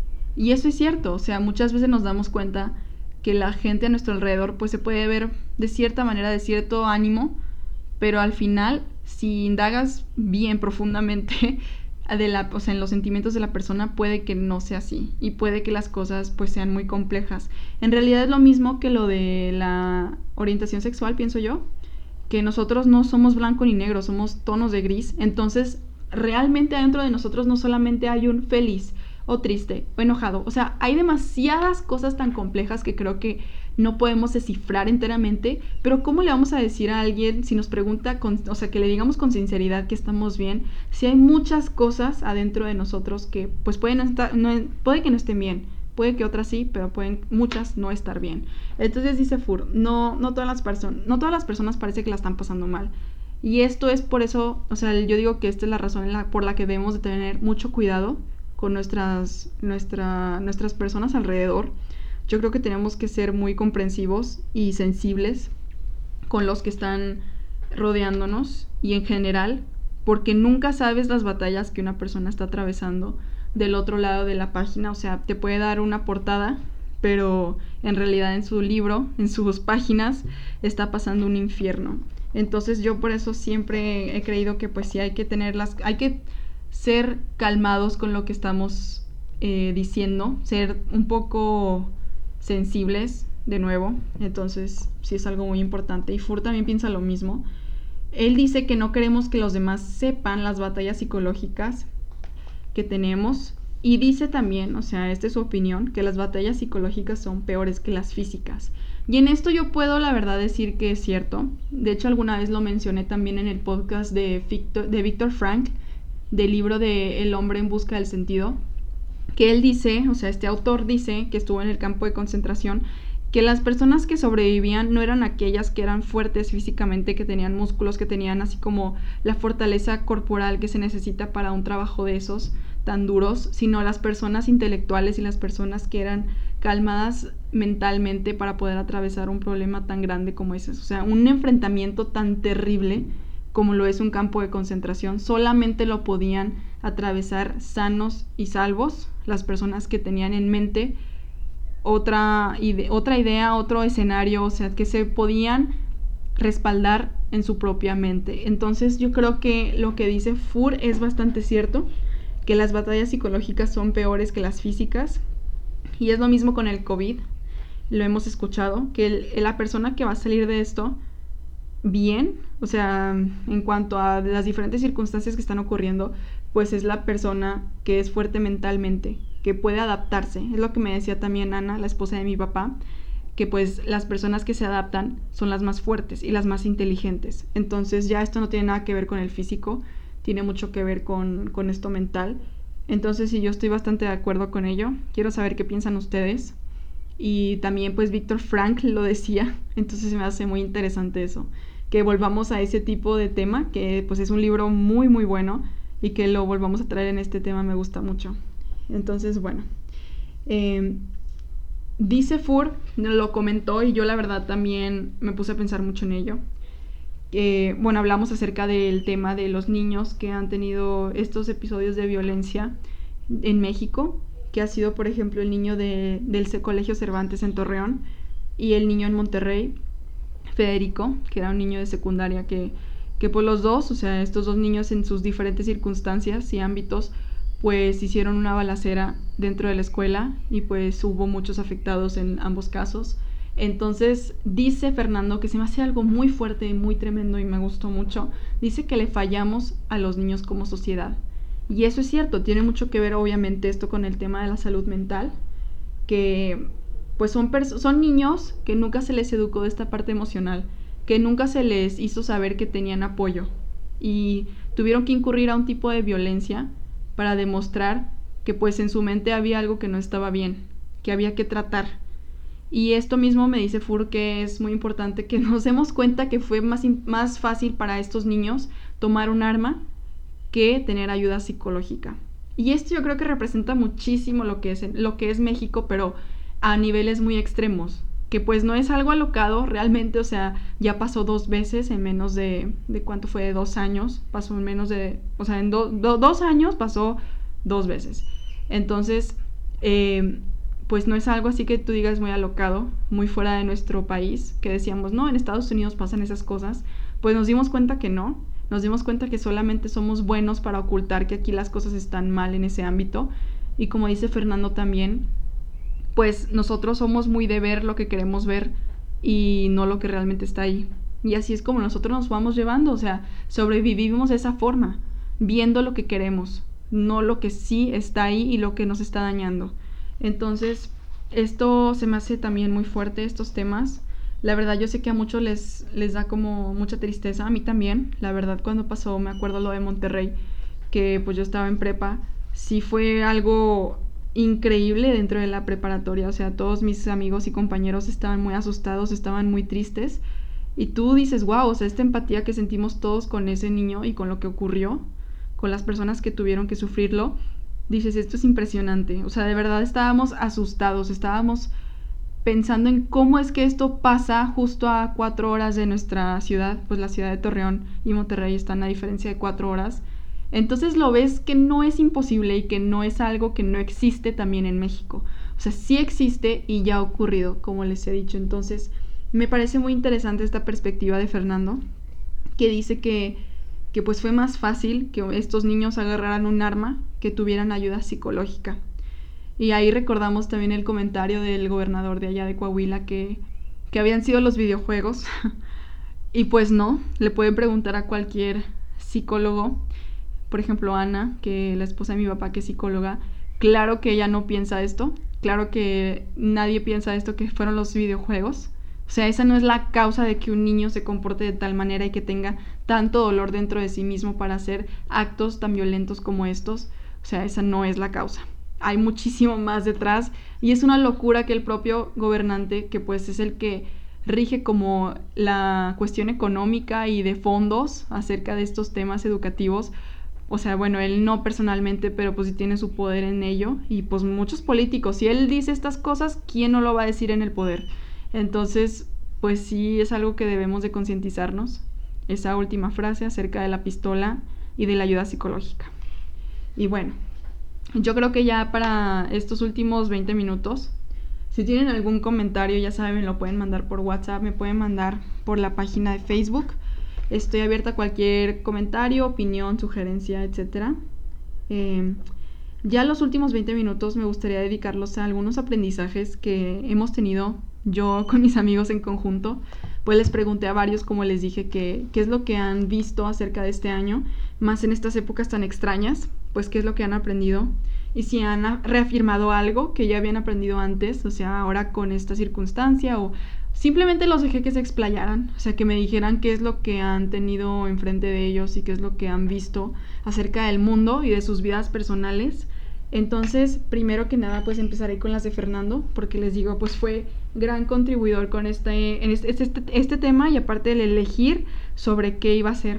Y eso es cierto, o sea, muchas veces nos damos cuenta que la gente a nuestro alrededor pues se puede ver de cierta manera, de cierto ánimo, pero al final, si indagas bien profundamente de la, o sea, en los sentimientos de la persona, puede que no sea así y puede que las cosas pues sean muy complejas. En realidad es lo mismo que lo de la orientación sexual, pienso yo, que nosotros no somos blanco ni negro, somos tonos de gris. Entonces, realmente adentro de nosotros no solamente hay un feliz o triste o enojado, o sea, hay demasiadas cosas tan complejas que creo que no podemos descifrar enteramente, pero ¿cómo le vamos a decir a alguien si nos pregunta, con, o sea, que le digamos con sinceridad que estamos bien, si hay muchas cosas adentro de nosotros que pues pueden estar, no, puede que no estén bien, puede que otras sí, pero pueden muchas no estar bien? Entonces dice Fur, no, no todas las personas, no todas las personas parece que la están pasando mal. Y esto es por eso, o sea, yo digo que esta es la razón en la, por la que debemos de tener mucho cuidado con nuestras, nuestra, nuestras personas alrededor. Yo creo que tenemos que ser muy comprensivos y sensibles con los que están rodeándonos y en general, porque nunca sabes las batallas que una persona está atravesando del otro lado de la página. O sea, te puede dar una portada, pero en realidad en su libro, en sus páginas, está pasando un infierno. Entonces yo por eso siempre he creído que pues sí hay que tenerlas, hay que ser calmados con lo que estamos eh, diciendo, ser un poco sensibles de nuevo. Entonces sí es algo muy importante, y Fur también piensa lo mismo. Él dice que no queremos que los demás sepan las batallas psicológicas que tenemos, y dice también, o sea, esta es su opinión, que las batallas psicológicas son peores que las físicas. Y en esto yo puedo la verdad decir que es cierto. De hecho alguna vez lo mencioné también en el podcast de Victor, de Viktor Frankl, del libro de El hombre en busca del sentido, que él dice, o sea, este autor dice que estuvo en el campo de concentración, que las personas que sobrevivían no eran aquellas que eran fuertes físicamente, que tenían músculos, que tenían así como la fortaleza corporal que se necesita para un trabajo de esos tan duros, sino las personas intelectuales y las personas que eran calmadas mentalmente para poder atravesar un problema tan grande como ese. O sea, un enfrentamiento tan terrible como lo es un campo de concentración, solamente lo podían atravesar sanos y salvos las personas que tenían en mente otra, ide- otra idea, otro escenario, o sea, que se podían respaldar en su propia mente. Entonces yo creo que lo que dice Fur es bastante cierto, que las batallas psicológicas son peores que las físicas, y es lo mismo con el COVID, lo hemos escuchado, que el, la persona que va a salir de esto bien, o sea, en cuanto a las diferentes circunstancias que están ocurriendo, pues es la persona que es fuerte mentalmente, que puede adaptarse. Es lo que me decía también Ana, la esposa de mi papá, que pues las personas que se adaptan son las más fuertes y las más inteligentes. Entonces ya esto no tiene nada que ver con el físico, tiene mucho que ver con, con esto mental. Entonces sí, yo estoy bastante de acuerdo con ello. Quiero saber qué piensan ustedes. Y también pues Víctor Frank lo decía, entonces me hace muy interesante eso, que volvamos a ese tipo de tema, que pues es un libro muy muy bueno, y que lo volvamos a traer en este tema me gusta mucho. Entonces bueno, eh, dice Fur, lo comentó y yo la verdad también me puse a pensar mucho en ello. Eh, bueno, hablamos acerca del tema de los niños que han tenido estos episodios de violencia en México, que ha sido, por ejemplo, el niño de, del Colegio Cervantes en Torreón y el niño en Monterrey, Federico, que era un niño de secundaria, que, que pues los dos, o sea, estos dos niños en sus diferentes circunstancias y ámbitos, pues hicieron una balacera dentro de la escuela y pues hubo muchos afectados en ambos casos. Entonces dice Fernando, que se me hace algo muy fuerte y muy tremendo y me gustó mucho, dice que le fallamos a los niños como sociedad. Y eso es cierto, tiene mucho que ver obviamente esto con el tema de la salud mental, que pues son, perso- son niños que nunca se les educó de esta parte emocional, que nunca se les hizo saber que tenían apoyo y tuvieron que incurrir a un tipo de violencia para demostrar que pues en su mente había algo que no estaba bien, que había que tratar. Y esto mismo me dice Fur que es muy importante que nos demos cuenta que fue más, in- más fácil para estos niños tomar un arma que tener ayuda psicológica. Y esto yo creo que representa muchísimo lo que es, lo que es México, pero a niveles muy extremos, que pues no es algo alocado realmente, o sea, ya pasó dos veces en menos de, de ¿cuánto fue? De dos años, pasó en menos de, o sea, en do, do, dos años pasó dos veces. Entonces, eh, pues no es algo así que tú digas muy alocado, muy fuera de nuestro país, que decíamos, no, en Estados Unidos pasan esas cosas, pues nos dimos cuenta que no, nos dimos cuenta que solamente somos buenos para ocultar que aquí las cosas están mal en ese ámbito. Y como dice Fernando también, pues nosotros somos muy de ver lo que queremos ver y no lo que realmente está ahí. Y así es como nosotros nos vamos llevando, o sea, sobrevivimos de esa forma, viendo lo que queremos, no lo que sí está ahí y lo que nos está dañando. Entonces, esto se me hace también muy fuerte, estos temas. La verdad, yo sé que a muchos les, les da como mucha tristeza, a mí también. La verdad, cuando pasó, me acuerdo lo de Monterrey, que pues yo estaba en prepa, sí fue algo increíble dentro de la preparatoria. O sea, todos mis amigos y compañeros estaban muy asustados, estaban muy tristes. Y tú dices, wow, o sea, esta empatía que sentimos todos con ese niño y con lo que ocurrió, con las personas que tuvieron que sufrirlo, dices, esto es impresionante. O sea, de verdad estábamos asustados, estábamos pensando en cómo es que esto pasa justo a cuatro horas de nuestra ciudad, pues la ciudad de Torreón y Monterrey están a diferencia de cuatro horas. Entonces lo ves que no es imposible y que no es algo que no existe también en México. O sea, sí existe y ya ha ocurrido, como les he dicho. Entonces, me parece muy interesante esta perspectiva de Fernando, que dice que, que pues fue más fácil que estos niños agarraran un arma que tuvieran ayuda psicológica. Y ahí recordamos también el comentario del gobernador de allá de Coahuila que, que habían sido los videojuegos. Y pues no, le pueden preguntar a cualquier psicólogo, por ejemplo Ana, que la esposa de mi papá que es psicóloga, claro que ella no piensa esto, claro que nadie piensa esto que fueron los videojuegos, O sea, esa no es la causa de que un niño se comporte de tal manera y que tenga tanto dolor dentro de sí mismo para hacer actos tan violentos como estos. O sea, esa no es la causa. Hay muchísimo más detrás y es una locura que el propio gobernante, que pues es el que rige como la cuestión económica y de fondos acerca de estos temas educativos, o sea, bueno, él no personalmente, pero pues sí tiene su poder en ello, y pues muchos políticos, si él dice estas cosas, ¿quién no lo va a decir en el poder? Entonces, pues sí es algo que debemos de concientizarnos, esa última frase acerca de la pistola y de la ayuda psicológica. Y bueno, yo creo que ya para estos últimos veinte minutos, si tienen algún comentario, ya saben, me lo pueden mandar por WhatsApp, me pueden mandar por la página de Facebook. Estoy abierta a cualquier comentario, opinión, sugerencia, etcétera. Eh, ya los últimos veinte minutos me gustaría dedicarlos a algunos aprendizajes que hemos tenido yo con mis amigos en conjunto. Pues les pregunté a varios, como les dije, que, qué es lo que han visto acerca de este año, más en estas épocas tan extrañas, pues qué es lo que han aprendido y si han reafirmado algo que ya habían aprendido antes, o sea, ahora con esta circunstancia, o simplemente los dejé que se explayaran, o sea, que me dijeran qué es lo que han tenido enfrente de ellos y qué es lo que han visto acerca del mundo y de sus vidas personales. Entonces, primero que nada, pues empezaré con las de Fernando, porque les digo, pues fue gran contribuidor con este, en este, este, este tema, y aparte el elegir sobre qué iba a ser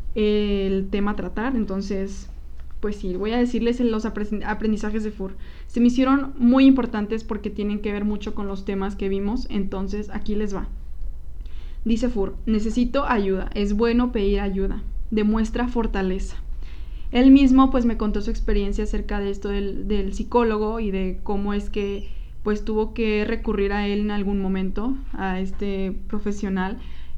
el tema a tratar. Entonces, pues sí, voy a decirles los aprendizajes de F U R. Se me hicieron muy importantes porque tienen que ver mucho con los temas que vimos, entonces aquí les va. Dice F U R, necesito ayuda, es bueno pedir ayuda, demuestra fortaleza. Él mismo pues me contó su experiencia acerca de esto del, del psicólogo y de cómo es que pues tuvo que recurrir a él en algún momento, a este profesional,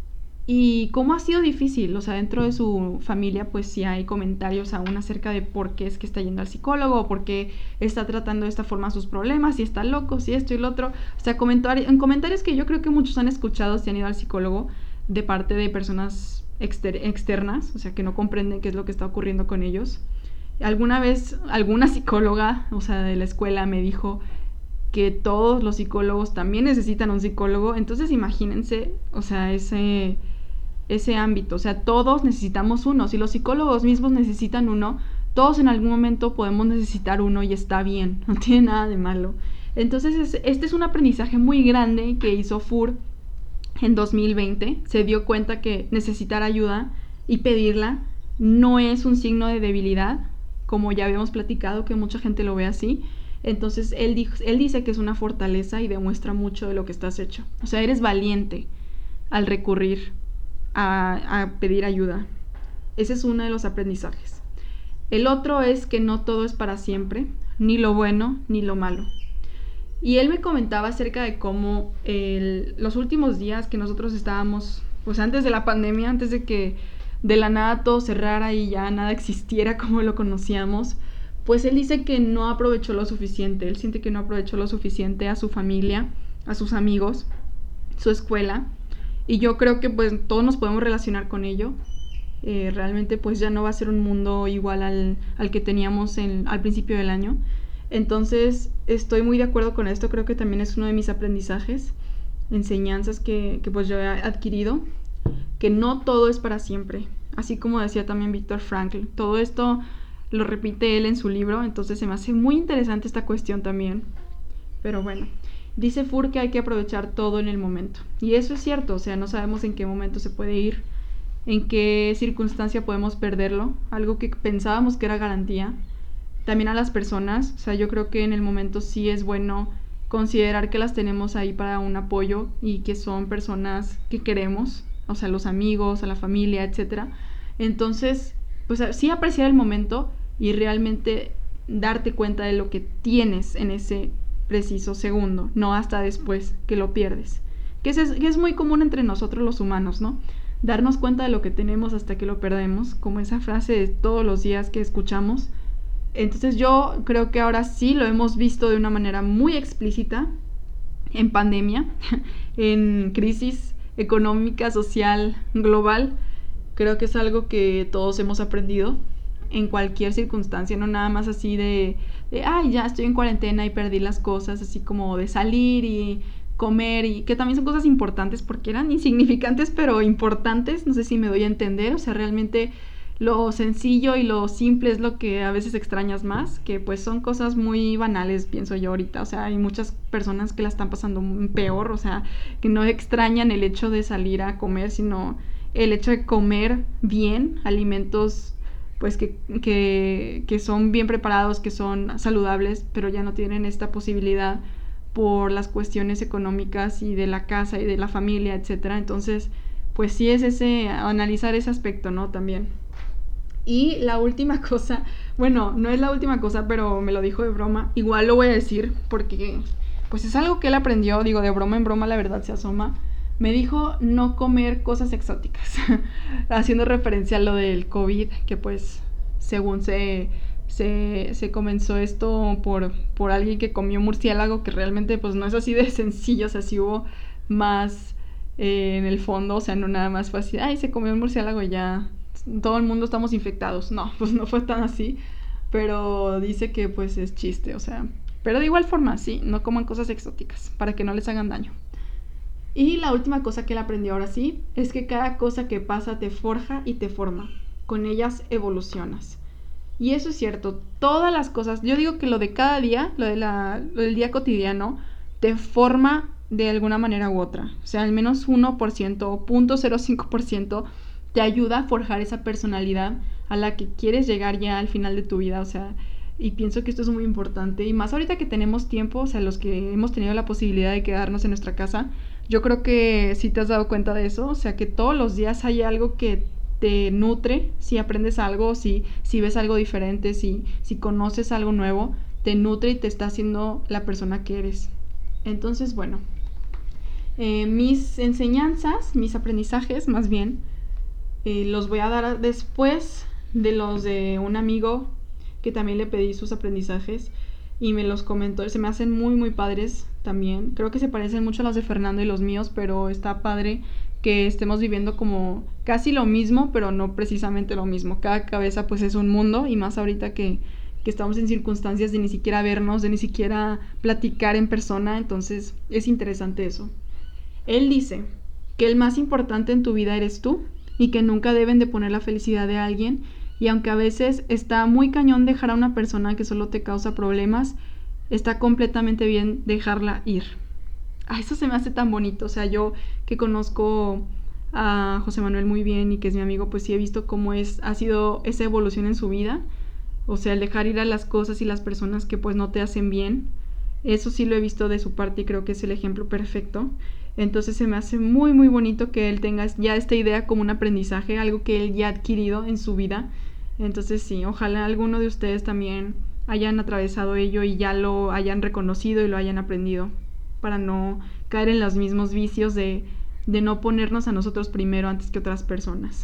y cómo ha sido difícil. O sea, dentro de su familia pues sí hay comentarios aún acerca de por qué es que está yendo al psicólogo, o por qué está tratando de esta forma sus problemas, si está loco, si esto y lo otro. O sea, comentar- en comentarios que yo creo que muchos han escuchado si han ido al psicólogo de parte de personas exter- externas, o sea, que no comprenden qué es lo que está ocurriendo con ellos. Alguna vez alguna psicóloga, o sea, de la escuela me dijo que todos los psicólogos también necesitan un psicólogo. Entonces imagínense, o sea, ese... ese ámbito, o sea, todos necesitamos uno. Si los psicólogos mismos necesitan uno, todos en algún momento podemos necesitar uno y está bien, no tiene nada de malo. Entonces es, este es un aprendizaje muy grande que hizo F U R en dos mil veinte. Se dio cuenta que necesitar ayuda y pedirla no es un signo de debilidad, como ya habíamos platicado, que mucha gente lo ve así. Entonces él, dijo, él dice que es una fortaleza y demuestra mucho de lo que estás hecho. O sea, eres valiente al recurrir A, a pedir ayuda. Ese es uno de los aprendizajes. El otro es que no todo es para siempre, ni lo bueno ni lo malo. Y él me comentaba acerca de cómo el, los últimos días que nosotros estábamos, pues antes de la pandemia, antes de que de la nada todo cerrara y ya nada existiera como lo conocíamos, pues él dice que no aprovechó lo suficiente. Él siente que no aprovechó lo suficiente a su familia, a sus amigos, su escuela. Y yo creo que pues todos nos podemos relacionar con ello. Eh, realmente pues ya no va a ser un mundo igual al, al que teníamos en, al principio del año. Entonces estoy muy de acuerdo con esto. Creo que también es uno de mis aprendizajes, enseñanzas que, que pues yo he adquirido, que no todo es para siempre. Así como decía también Viktor Frankl, todo esto lo repite él en su libro. Entonces se me hace muy interesante esta cuestión también. Pero bueno, dice F U R que hay que aprovechar todo en el momento. Y eso es cierto, o sea, no sabemos en qué momento se puede ir, en qué circunstancia podemos perderlo, algo que pensábamos que era garantía. También a las personas, o sea, yo creo que en el momento sí es bueno considerar que las tenemos ahí para un apoyo y que son personas que queremos, o sea, los amigos, a la familia, etcétera. Entonces, pues sí apreciar el momento y realmente darte cuenta de lo que tienes en ese preciso segundo, no hasta después que lo pierdes. Que es, que es muy común entre nosotros los humanos, ¿no? Darnos cuenta de lo que tenemos hasta que lo perdemos, como esa frase de todos los días que escuchamos. Entonces yo creo que ahora sí lo hemos visto de una manera muy explícita en pandemia, en crisis económica, social, global. Creo que es algo que todos hemos aprendido en cualquier circunstancia, no nada más así de, de ay, ya estoy en cuarentena y perdí las cosas, así como de salir y comer y que también son cosas importantes porque eran insignificantes pero importantes, no sé si me doy a entender, o sea, realmente lo sencillo y lo simple es lo que a veces extrañas más, que pues son cosas muy banales, pienso yo ahorita, o sea, hay muchas personas que la están pasando peor, o sea, que no extrañan el hecho de salir a comer, sino el hecho de comer bien, alimentos pues que, que, que son bien preparados, que son saludables, pero ya no tienen esta posibilidad por las cuestiones económicas y de la casa y de la familia, etcétera. Entonces, pues sí es ese, analizar ese aspecto, ¿no? También. Y la última cosa, bueno, no es la última cosa, pero me lo dijo de broma, igual lo voy a decir porque pues es algo que él aprendió, digo, de broma en broma la verdad se asoma. Me dijo no comer cosas exóticas, haciendo referencia a lo del COVID, que pues según se, se, se comenzó esto por, por alguien que comió murciélago, que realmente pues no es así de sencillo, o sea, sí hubo más eh, en el fondo, o sea, no nada más fue así, ay, se comió un murciélago y ya todo el mundo estamos infectados. No, pues no fue tan así, pero dice que pues es chiste, o sea, pero de igual forma, sí, no coman cosas exóticas, para que no les hagan daño. Y la última cosa que él aprendió ahora sí, es que cada cosa que pasa te forja y te forma. Con ellas evolucionas. Y eso es cierto, todas las cosas, yo digo que lo de cada día, lo, de la, lo del día cotidiano, te forma de alguna manera u otra. O sea, al menos uno por ciento o cero punto cero cinco por ciento te ayuda a forjar esa personalidad a la que quieres llegar ya al final de tu vida. O sea, y pienso que esto es muy importante. Y más ahorita que tenemos tiempo, o sea, los que hemos tenido la posibilidad de quedarnos en nuestra casa, yo creo que sí te has dado cuenta de eso, o sea, que todos los días hay algo que te nutre, si aprendes algo, si, si ves algo diferente, si, si conoces algo nuevo, te nutre y te está haciendo la persona que eres. Entonces, bueno, eh, mis enseñanzas, mis aprendizajes más bien, eh, los voy a dar después de los de un amigo que también le pedí sus aprendizajes y me los comentó, se me hacen muy muy padres también, creo que se parecen mucho a los de Fernando y los míos, pero está padre que estemos viviendo como casi lo mismo, pero no precisamente lo mismo, cada cabeza pues es un mundo y más ahorita que, que estamos en circunstancias de ni siquiera vernos, de ni siquiera platicar en persona, entonces es interesante eso. Él dice que el más importante en tu vida eres tú y que nunca deben de poner la felicidad de alguien. Y aunque a veces está muy cañón dejar a una persona que solo te causa problemas, está completamente bien dejarla ir. Ah, eso se me hace tan bonito. O sea, yo que conozco a José Manuel muy bien y que es mi amigo, pues sí he visto cómo es, ha sido esa evolución en su vida. O sea, el dejar ir a las cosas y las personas que pues no te hacen bien. Eso sí lo he visto de su parte y creo que es el ejemplo perfecto. Entonces se me hace muy muy bonito que él tenga ya esta idea como un aprendizaje, algo que él ya ha adquirido en su vida. Entonces sí, ojalá alguno de ustedes también hayan atravesado ello y ya lo hayan reconocido y lo hayan aprendido para no caer en los mismos vicios de, de no ponernos a nosotros primero antes que otras personas.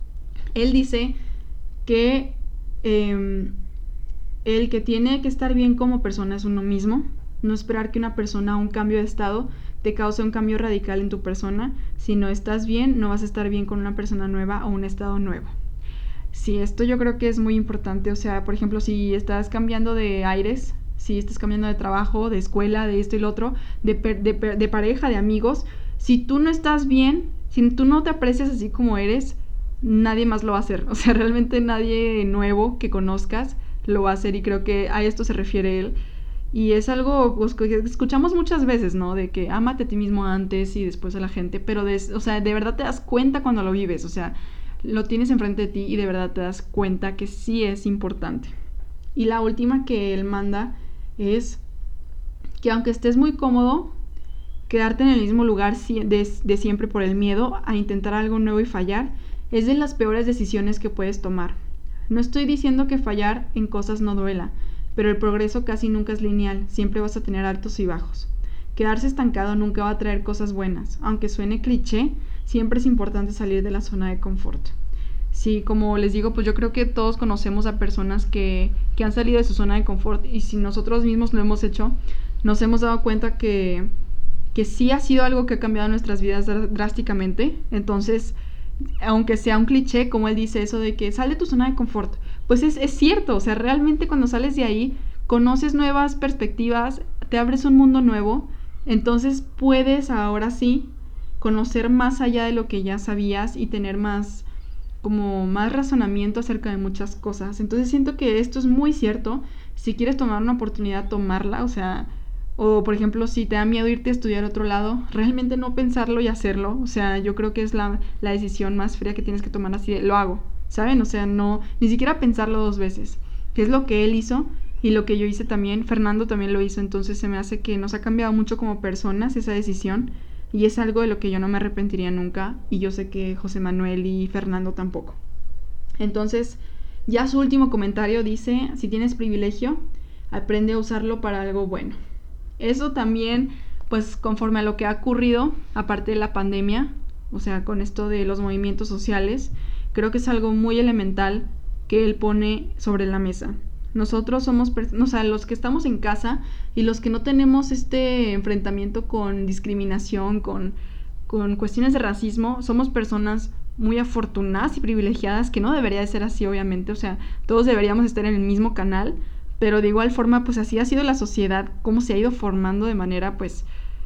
Él dice que eh, el que tiene que estar bien como persona es uno mismo, no esperar que una persona o un cambio de estado te cause un cambio radical en tu persona. Si no estás bien, no vas a estar bien con una persona nueva o un estado nuevo. Sí, esto yo creo que es muy importante, o sea, por ejemplo, si estás cambiando de aires, si estás cambiando de trabajo, de escuela, de esto y lo otro, de, de, de pareja, de amigos, si tú no estás bien, si tú no te aprecias así como eres, nadie más lo va a hacer, o sea, realmente nadie nuevo que conozcas lo va a hacer y creo que a esto se refiere él. Y es algo pues, que escuchamos muchas veces, ¿no? De que ámate a ti mismo antes y después a la gente, pero de, o sea, de verdad te das cuenta cuando lo vives, o sea, lo tienes enfrente de ti y de verdad te das cuenta que sí es importante. Y la última que él manda es que aunque estés muy cómodo, quedarte en el mismo lugar de, de siempre por el miedo a intentar algo nuevo y fallar es de las peores decisiones que puedes tomar. No estoy diciendo que fallar en cosas no duela, pero el progreso casi nunca es lineal, siempre vas a tener altos y bajos. Quedarse estancado nunca va a traer cosas buenas, aunque suene cliché, siempre es importante salir de la zona de confort. Sí, como les digo, pues yo creo que todos conocemos a personas que, que han salido de su zona de confort y si nosotros mismos lo hemos hecho, nos hemos dado cuenta que, que sí ha sido algo que ha cambiado nuestras vidas drásticamente. Entonces, aunque sea un cliché, como él dice eso de que sal de tu zona de confort, pues es, es cierto, o sea, realmente cuando sales de ahí, conoces nuevas perspectivas, te abres un mundo nuevo Entonces puedes ahora sí conocer más allá de lo que ya sabías y tener más como más razonamiento acerca de muchas cosas. Entonces siento que esto es muy cierto. Si quieres tomar una oportunidad, tomarla, o sea, o por ejemplo, si te da miedo irte a estudiar a otro lado, realmente no pensarlo y hacerlo. O sea, yo creo que es la, la decisión más fría que tienes que tomar, así de, lo hago, ¿saben? O sea, no, ni siquiera pensarlo dos veces, que es lo que él hizo y lo que yo hice también. Fernando también lo hizo, entonces se me hace que nos ha cambiado mucho como personas esa decisión. Y es algo de lo que yo no me arrepentiría nunca. Y yo sé que José Manuel y Fernando tampoco. Entonces, ya su último comentario dice, si tienes privilegio, aprende a usarlo para algo bueno. Eso también, pues conforme a lo que ha ocurrido, aparte de la pandemia, o sea, con esto de los movimientos sociales, creo que es algo muy elemental que él pone sobre la mesa. Nosotros somos, o sea, los que estamos en casa y los que no tenemos este enfrentamiento con discriminación, con, con cuestiones de racismo, somos personas muy afortunadas y privilegiadas, que no debería de ser así, obviamente. O sea, todos deberíamos estar en el mismo canal, pero de igual forma, pues así ha sido la sociedad, cómo se ha ido formando de manera, pues,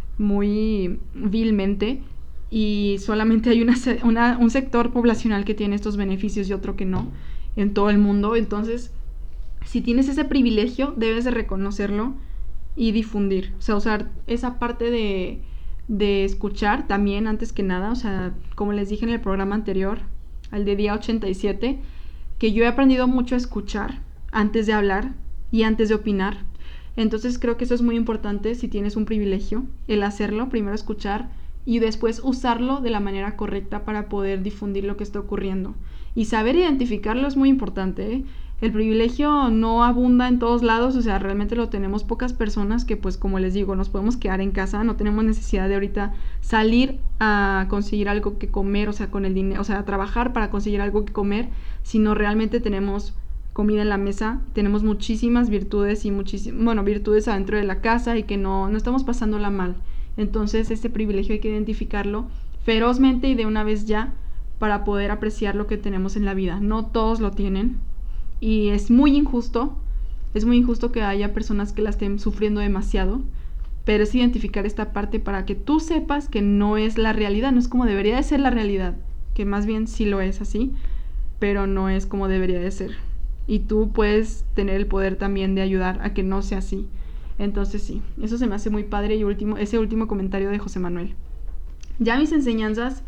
muy vilmente, y solamente hay una, una, un sector poblacional que tiene estos beneficios y otro que no, en todo el mundo. Entonces, si tienes ese privilegio, debes de reconocerlo y difundir. O sea, usar esa parte de, de escuchar también, antes que nada. O sea, como les dije en el programa anterior, al de día ochenta y siete, que yo he aprendido mucho a escuchar antes de hablar y antes de opinar. Entonces creo que eso es muy importante si tienes un privilegio, el hacerlo, primero escuchar y después usarlo de la manera correcta para poder difundir lo que está ocurriendo. Y saber identificarlo es muy importante, ¿eh? El privilegio no abunda en todos lados, o sea, realmente lo tenemos pocas personas que, pues, como les digo, nos podemos quedar en casa, no tenemos necesidad de ahorita salir a conseguir algo que comer, o sea, con el dinero, o sea, a trabajar para conseguir algo que comer, sino realmente tenemos comida en la mesa, tenemos muchísimas virtudes y muchísimas, bueno, virtudes adentro de la casa y que no, no estamos pasándola mal. Entonces, este privilegio hay que identificarlo ferozmente y de una vez ya para poder apreciar lo que tenemos en la vida. No todos lo tienen. Y es muy injusto, es muy injusto que haya personas que la estén sufriendo demasiado, pero es identificar esta parte para que tú sepas que no es la realidad, no es como debería de ser la realidad, que más bien sí lo es así, pero no es como debería de ser. Y tú puedes tener el poder también de ayudar a que no sea así. Entonces sí, eso se me hace muy padre y último, ese último comentario de José Manuel. Ya mis enseñanzas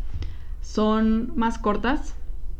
son más cortas,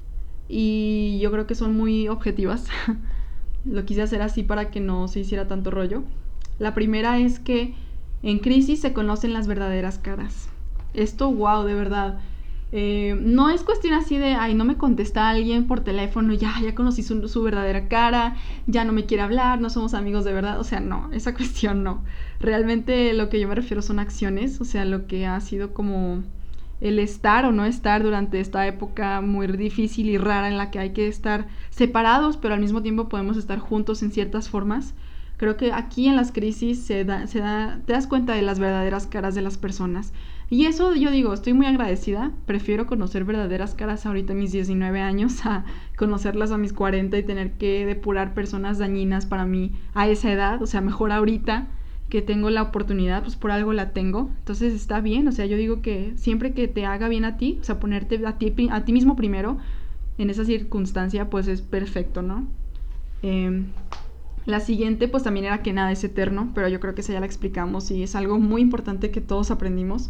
y yo creo que son muy objetivas. Lo quise hacer así para que no se hiciera tanto rollo. La primera es que en crisis se conocen las verdaderas caras. Esto, wow, de verdad. Eh, no es cuestión así de, ay, no me contesta alguien por teléfono, ya, ya conocí su, su verdadera cara, ya no me quiere hablar, no somos amigos de verdad. O sea, no, esa cuestión no. Realmente lo que yo me refiero son acciones, o sea, lo que ha sido como el estar o no estar durante esta época muy difícil y rara en la que hay que estar separados, pero al mismo tiempo podemos estar juntos en ciertas formas. Creo que aquí en las crisis se da, se da, te das cuenta de las verdaderas caras de las personas. Y eso yo digo, estoy muy agradecida. Prefiero conocer verdaderas caras ahorita a mis diecinueve años a conocerlas a mis cuarenta y tener que depurar personas dañinas para mí a esa edad. O sea, mejor ahorita que tengo la oportunidad, pues por algo la tengo. Entonces está bien, o sea, yo digo que siempre que te haga bien a ti, o sea, ponerte a ti, a ti mismo primero en esa circunstancia, pues es perfecto, ¿no? Eh, la siguiente, pues también era que nada es eterno, pero yo creo que esa ya la explicamos y es algo muy importante que todos aprendimos.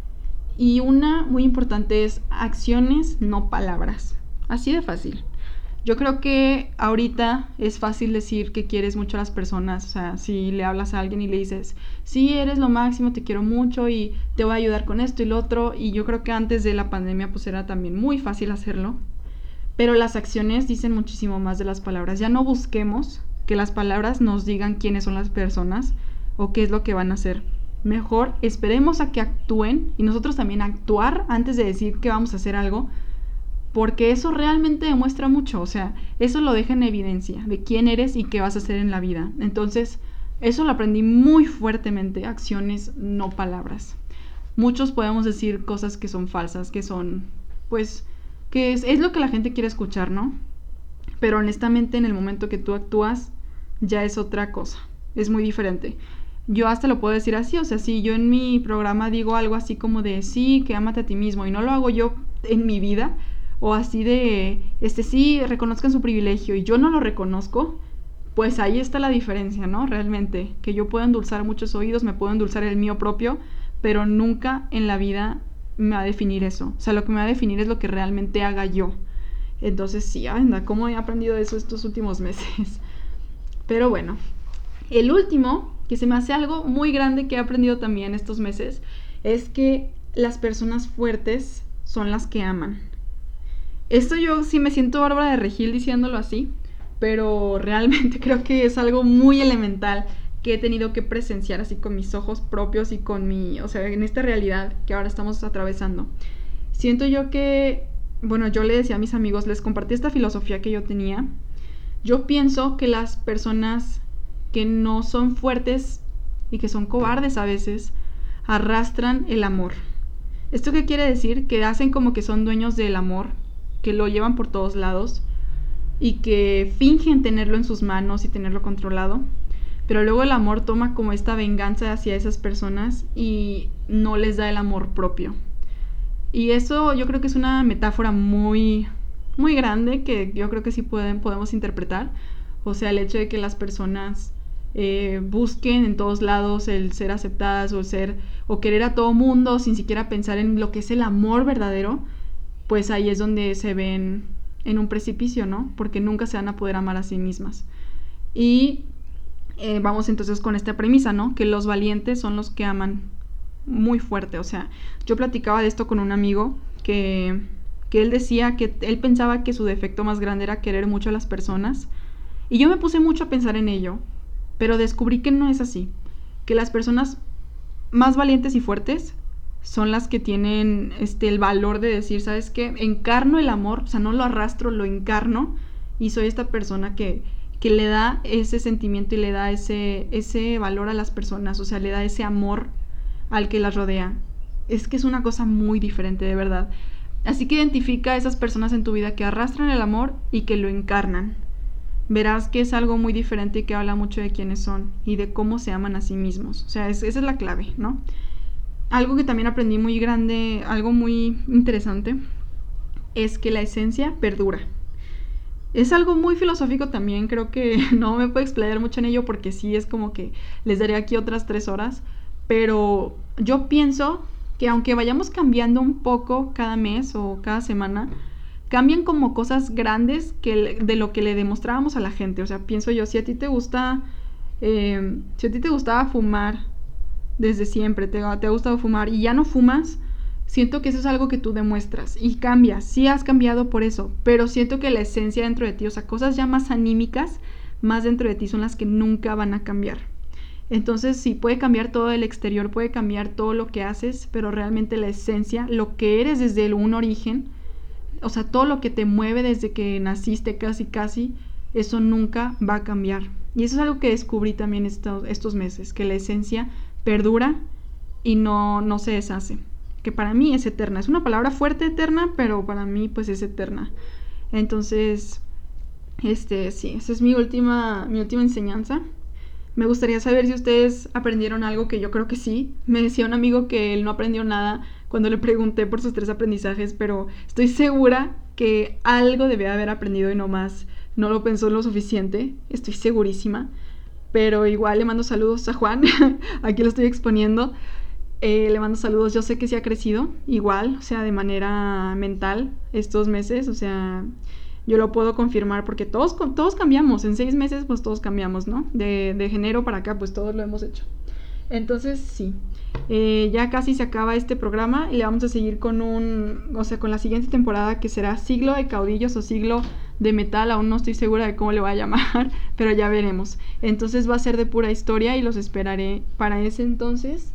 Y una muy importante es acciones, no palabras. Así de fácil. Yo creo que ahorita es fácil decir que quieres mucho a las personas. O sea, si le hablas a alguien y le dices, sí, eres lo máximo, te quiero mucho y te voy a ayudar con esto y lo otro. Y yo creo que antes de la pandemia pues era también muy fácil hacerlo. Pero las acciones dicen muchísimo más de las palabras. Ya no busquemos que las palabras nos digan quiénes son las personas o qué es lo que van a hacer. Mejor esperemos a que actúen y nosotros también actuar antes de decir que vamos a hacer algo. Porque eso realmente demuestra mucho, o sea, eso lo deja en evidencia de quién eres y qué vas a hacer en la vida. Entonces, eso lo aprendí muy fuertemente, acciones, no palabras. Muchos podemos decir cosas que son falsas, que son, pues, que es, es lo que la gente quiere escuchar, ¿no? Pero honestamente en el momento que tú actúas, ya es otra cosa, es muy diferente. yo hasta lo puedo decir así, o sea, si yo en mi programa digo algo así como de sí, que ámate a ti mismo, y no lo hago yo en mi vida, o así de, este sí, reconozcan su privilegio, y yo no lo reconozco, pues ahí está la diferencia, ¿no? Realmente, que yo puedo endulzar muchos oídos, me puedo endulzar el mío propio, pero nunca en la vida me va a definir eso. O sea, lo que me va a definir es lo que realmente haga yo. Entonces sí, anda, ¿cómo he aprendido eso estos últimos meses? Pero bueno, el último, que se me hace algo muy grande que he aprendido también estos meses, es que las personas fuertes son las que aman. Esto yo sí me siento Bárbara de Regil diciéndolo así, pero realmente creo que es algo muy elemental que he tenido que presenciar así con mis ojos propios y con mi, o sea, en esta realidad que ahora estamos atravesando. Siento yo que, bueno, yo le decía a mis amigos, les compartí esta filosofía que yo tenía. Yo pienso que las personas que no son fuertes y que son cobardes a veces, arrastran el amor. ¿Esto qué quiere decir? Que hacen como que son dueños del amor, que lo llevan por todos lados y que fingen tenerlo en sus manos y tenerlo controlado, pero luego el amor toma como esta venganza hacia esas personas y no les da el amor propio. Y eso yo creo que es una metáfora muy, muy grande que yo creo que sí pueden, podemos interpretar. O sea, el hecho de que las personas eh, busquen en todos lados el ser aceptadas o el ser, o querer a todo mundo sin siquiera pensar en lo que es el amor verdadero, pues ahí es donde se ven en un precipicio, ¿no? Porque nunca se van a poder amar a sí mismas. Y eh, vamos entonces con esta premisa, ¿no? Que los valientes son los que aman muy fuerte. O sea, yo platicaba de esto con un amigo que, que él decía que él pensaba que su defecto más grande era querer mucho a las personas. Y yo me puse mucho a pensar en ello, pero descubrí que no es así. Que las personas más valientes y fuertes son las que tienen este, el valor de decir, ¿sabes qué? Encarno el amor, o sea, no lo arrastro, lo encarno y soy esta persona que, que le da ese sentimiento y le da ese, ese valor a las personas, o sea, le da ese amor al que las rodea. Es que es una cosa muy diferente, de verdad. Así que identifica a esas personas en tu vida que arrastran el amor y que lo encarnan. Verás que es algo muy diferente y que habla mucho de quiénes son y de cómo se aman a sí mismos. O sea, es, esa es la clave, ¿no? Algo que también aprendí muy grande, algo muy interesante, es que la esencia perdura. Es algo muy filosófico también, creo que no me puedo explayar mucho en ello porque sí es como que les daré aquí otras tres horas, pero yo pienso que aunque vayamos cambiando un poco cada mes o cada semana, cambian como cosas grandes que de lo que le demostrábamos a la gente. O sea, pienso yo, si a ti te gusta, eh, si a ti te gustaba fumar desde siempre, te, te ha gustado fumar y ya no fumas, siento que eso es algo que tú demuestras y cambias. Sí has cambiado por eso, pero siento que la esencia dentro de ti, o sea, cosas ya más anímicas, más dentro de ti son las que nunca van a cambiar. Entonces sí, puede cambiar todo el exterior, puede cambiar todo lo que haces, pero realmente la esencia, lo que eres desde un origen, o sea, todo lo que te mueve desde que naciste casi casi, eso nunca va a cambiar. Y eso es algo que descubrí también estos, estos meses, que la esencia perdura y no, no se deshace. Que para mí es eterna. Es una palabra fuerte, eterna, pero para mí pues es eterna. Entonces, este, sí, esa es mi última, mi última enseñanza. Me gustaría saber si ustedes aprendieron algo, que yo creo que sí. Me decía un amigo que él no aprendió nada cuando le pregunté por sus tres aprendizajes, pero estoy segura que algo debía haber aprendido y no más no lo pensó lo suficiente. Estoy segurísima. Pero igual le mando saludos a Juan. Aquí lo estoy exponiendo. Eh, le mando saludos. Yo sé que sí ha crecido igual, o sea, de manera mental estos meses. O sea, yo lo puedo confirmar porque todos, todos cambiamos. En seis meses, pues todos cambiamos, ¿no? De, de enero para acá, pues todos lo hemos hecho. Entonces, sí. Eh, ya casi se acaba este programa y le vamos a seguir con un, o sea, con la siguiente temporada, que será Siglo de Caudillos o Siglo de Metal. Aún no estoy segura de cómo le voy a llamar, pero ya veremos. Entonces va a ser de pura historia y los esperaré para ese entonces.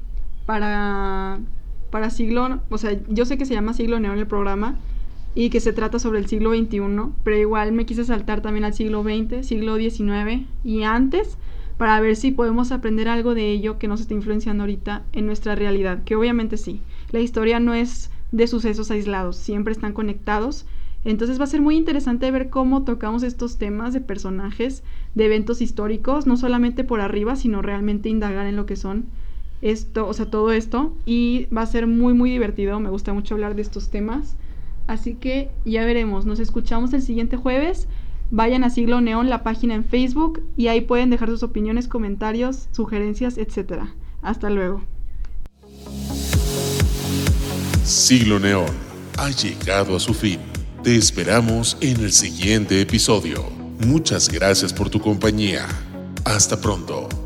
Para, para siglo, o sea, yo sé que se llama Siglo Neo en el programa y que se trata sobre el siglo veintiuno, pero igual me quise saltar también al siglo veinte, siglo diecinueve y antes, para ver si podemos aprender algo de ello que nos está influenciando ahorita en nuestra realidad, que obviamente sí. La historia no es de sucesos aislados, siempre están conectados Entonces va a ser muy interesante ver cómo tocamos estos temas de personajes, de eventos históricos, no solamente por arriba, sino realmente indagar en lo que son esto, o sea, todo esto. Y va a ser muy, muy divertido. Me gusta mucho hablar de estos temas. Así que ya veremos. Nos escuchamos el siguiente jueves. Vayan a Siglo Neón, la página en Facebook, y ahí pueden dejar sus opiniones, comentarios, sugerencias, etcétera. Hasta luego. Siglo Neón ha llegado a su fin. Te esperamos en el siguiente episodio. Muchas gracias por tu compañía. Hasta pronto.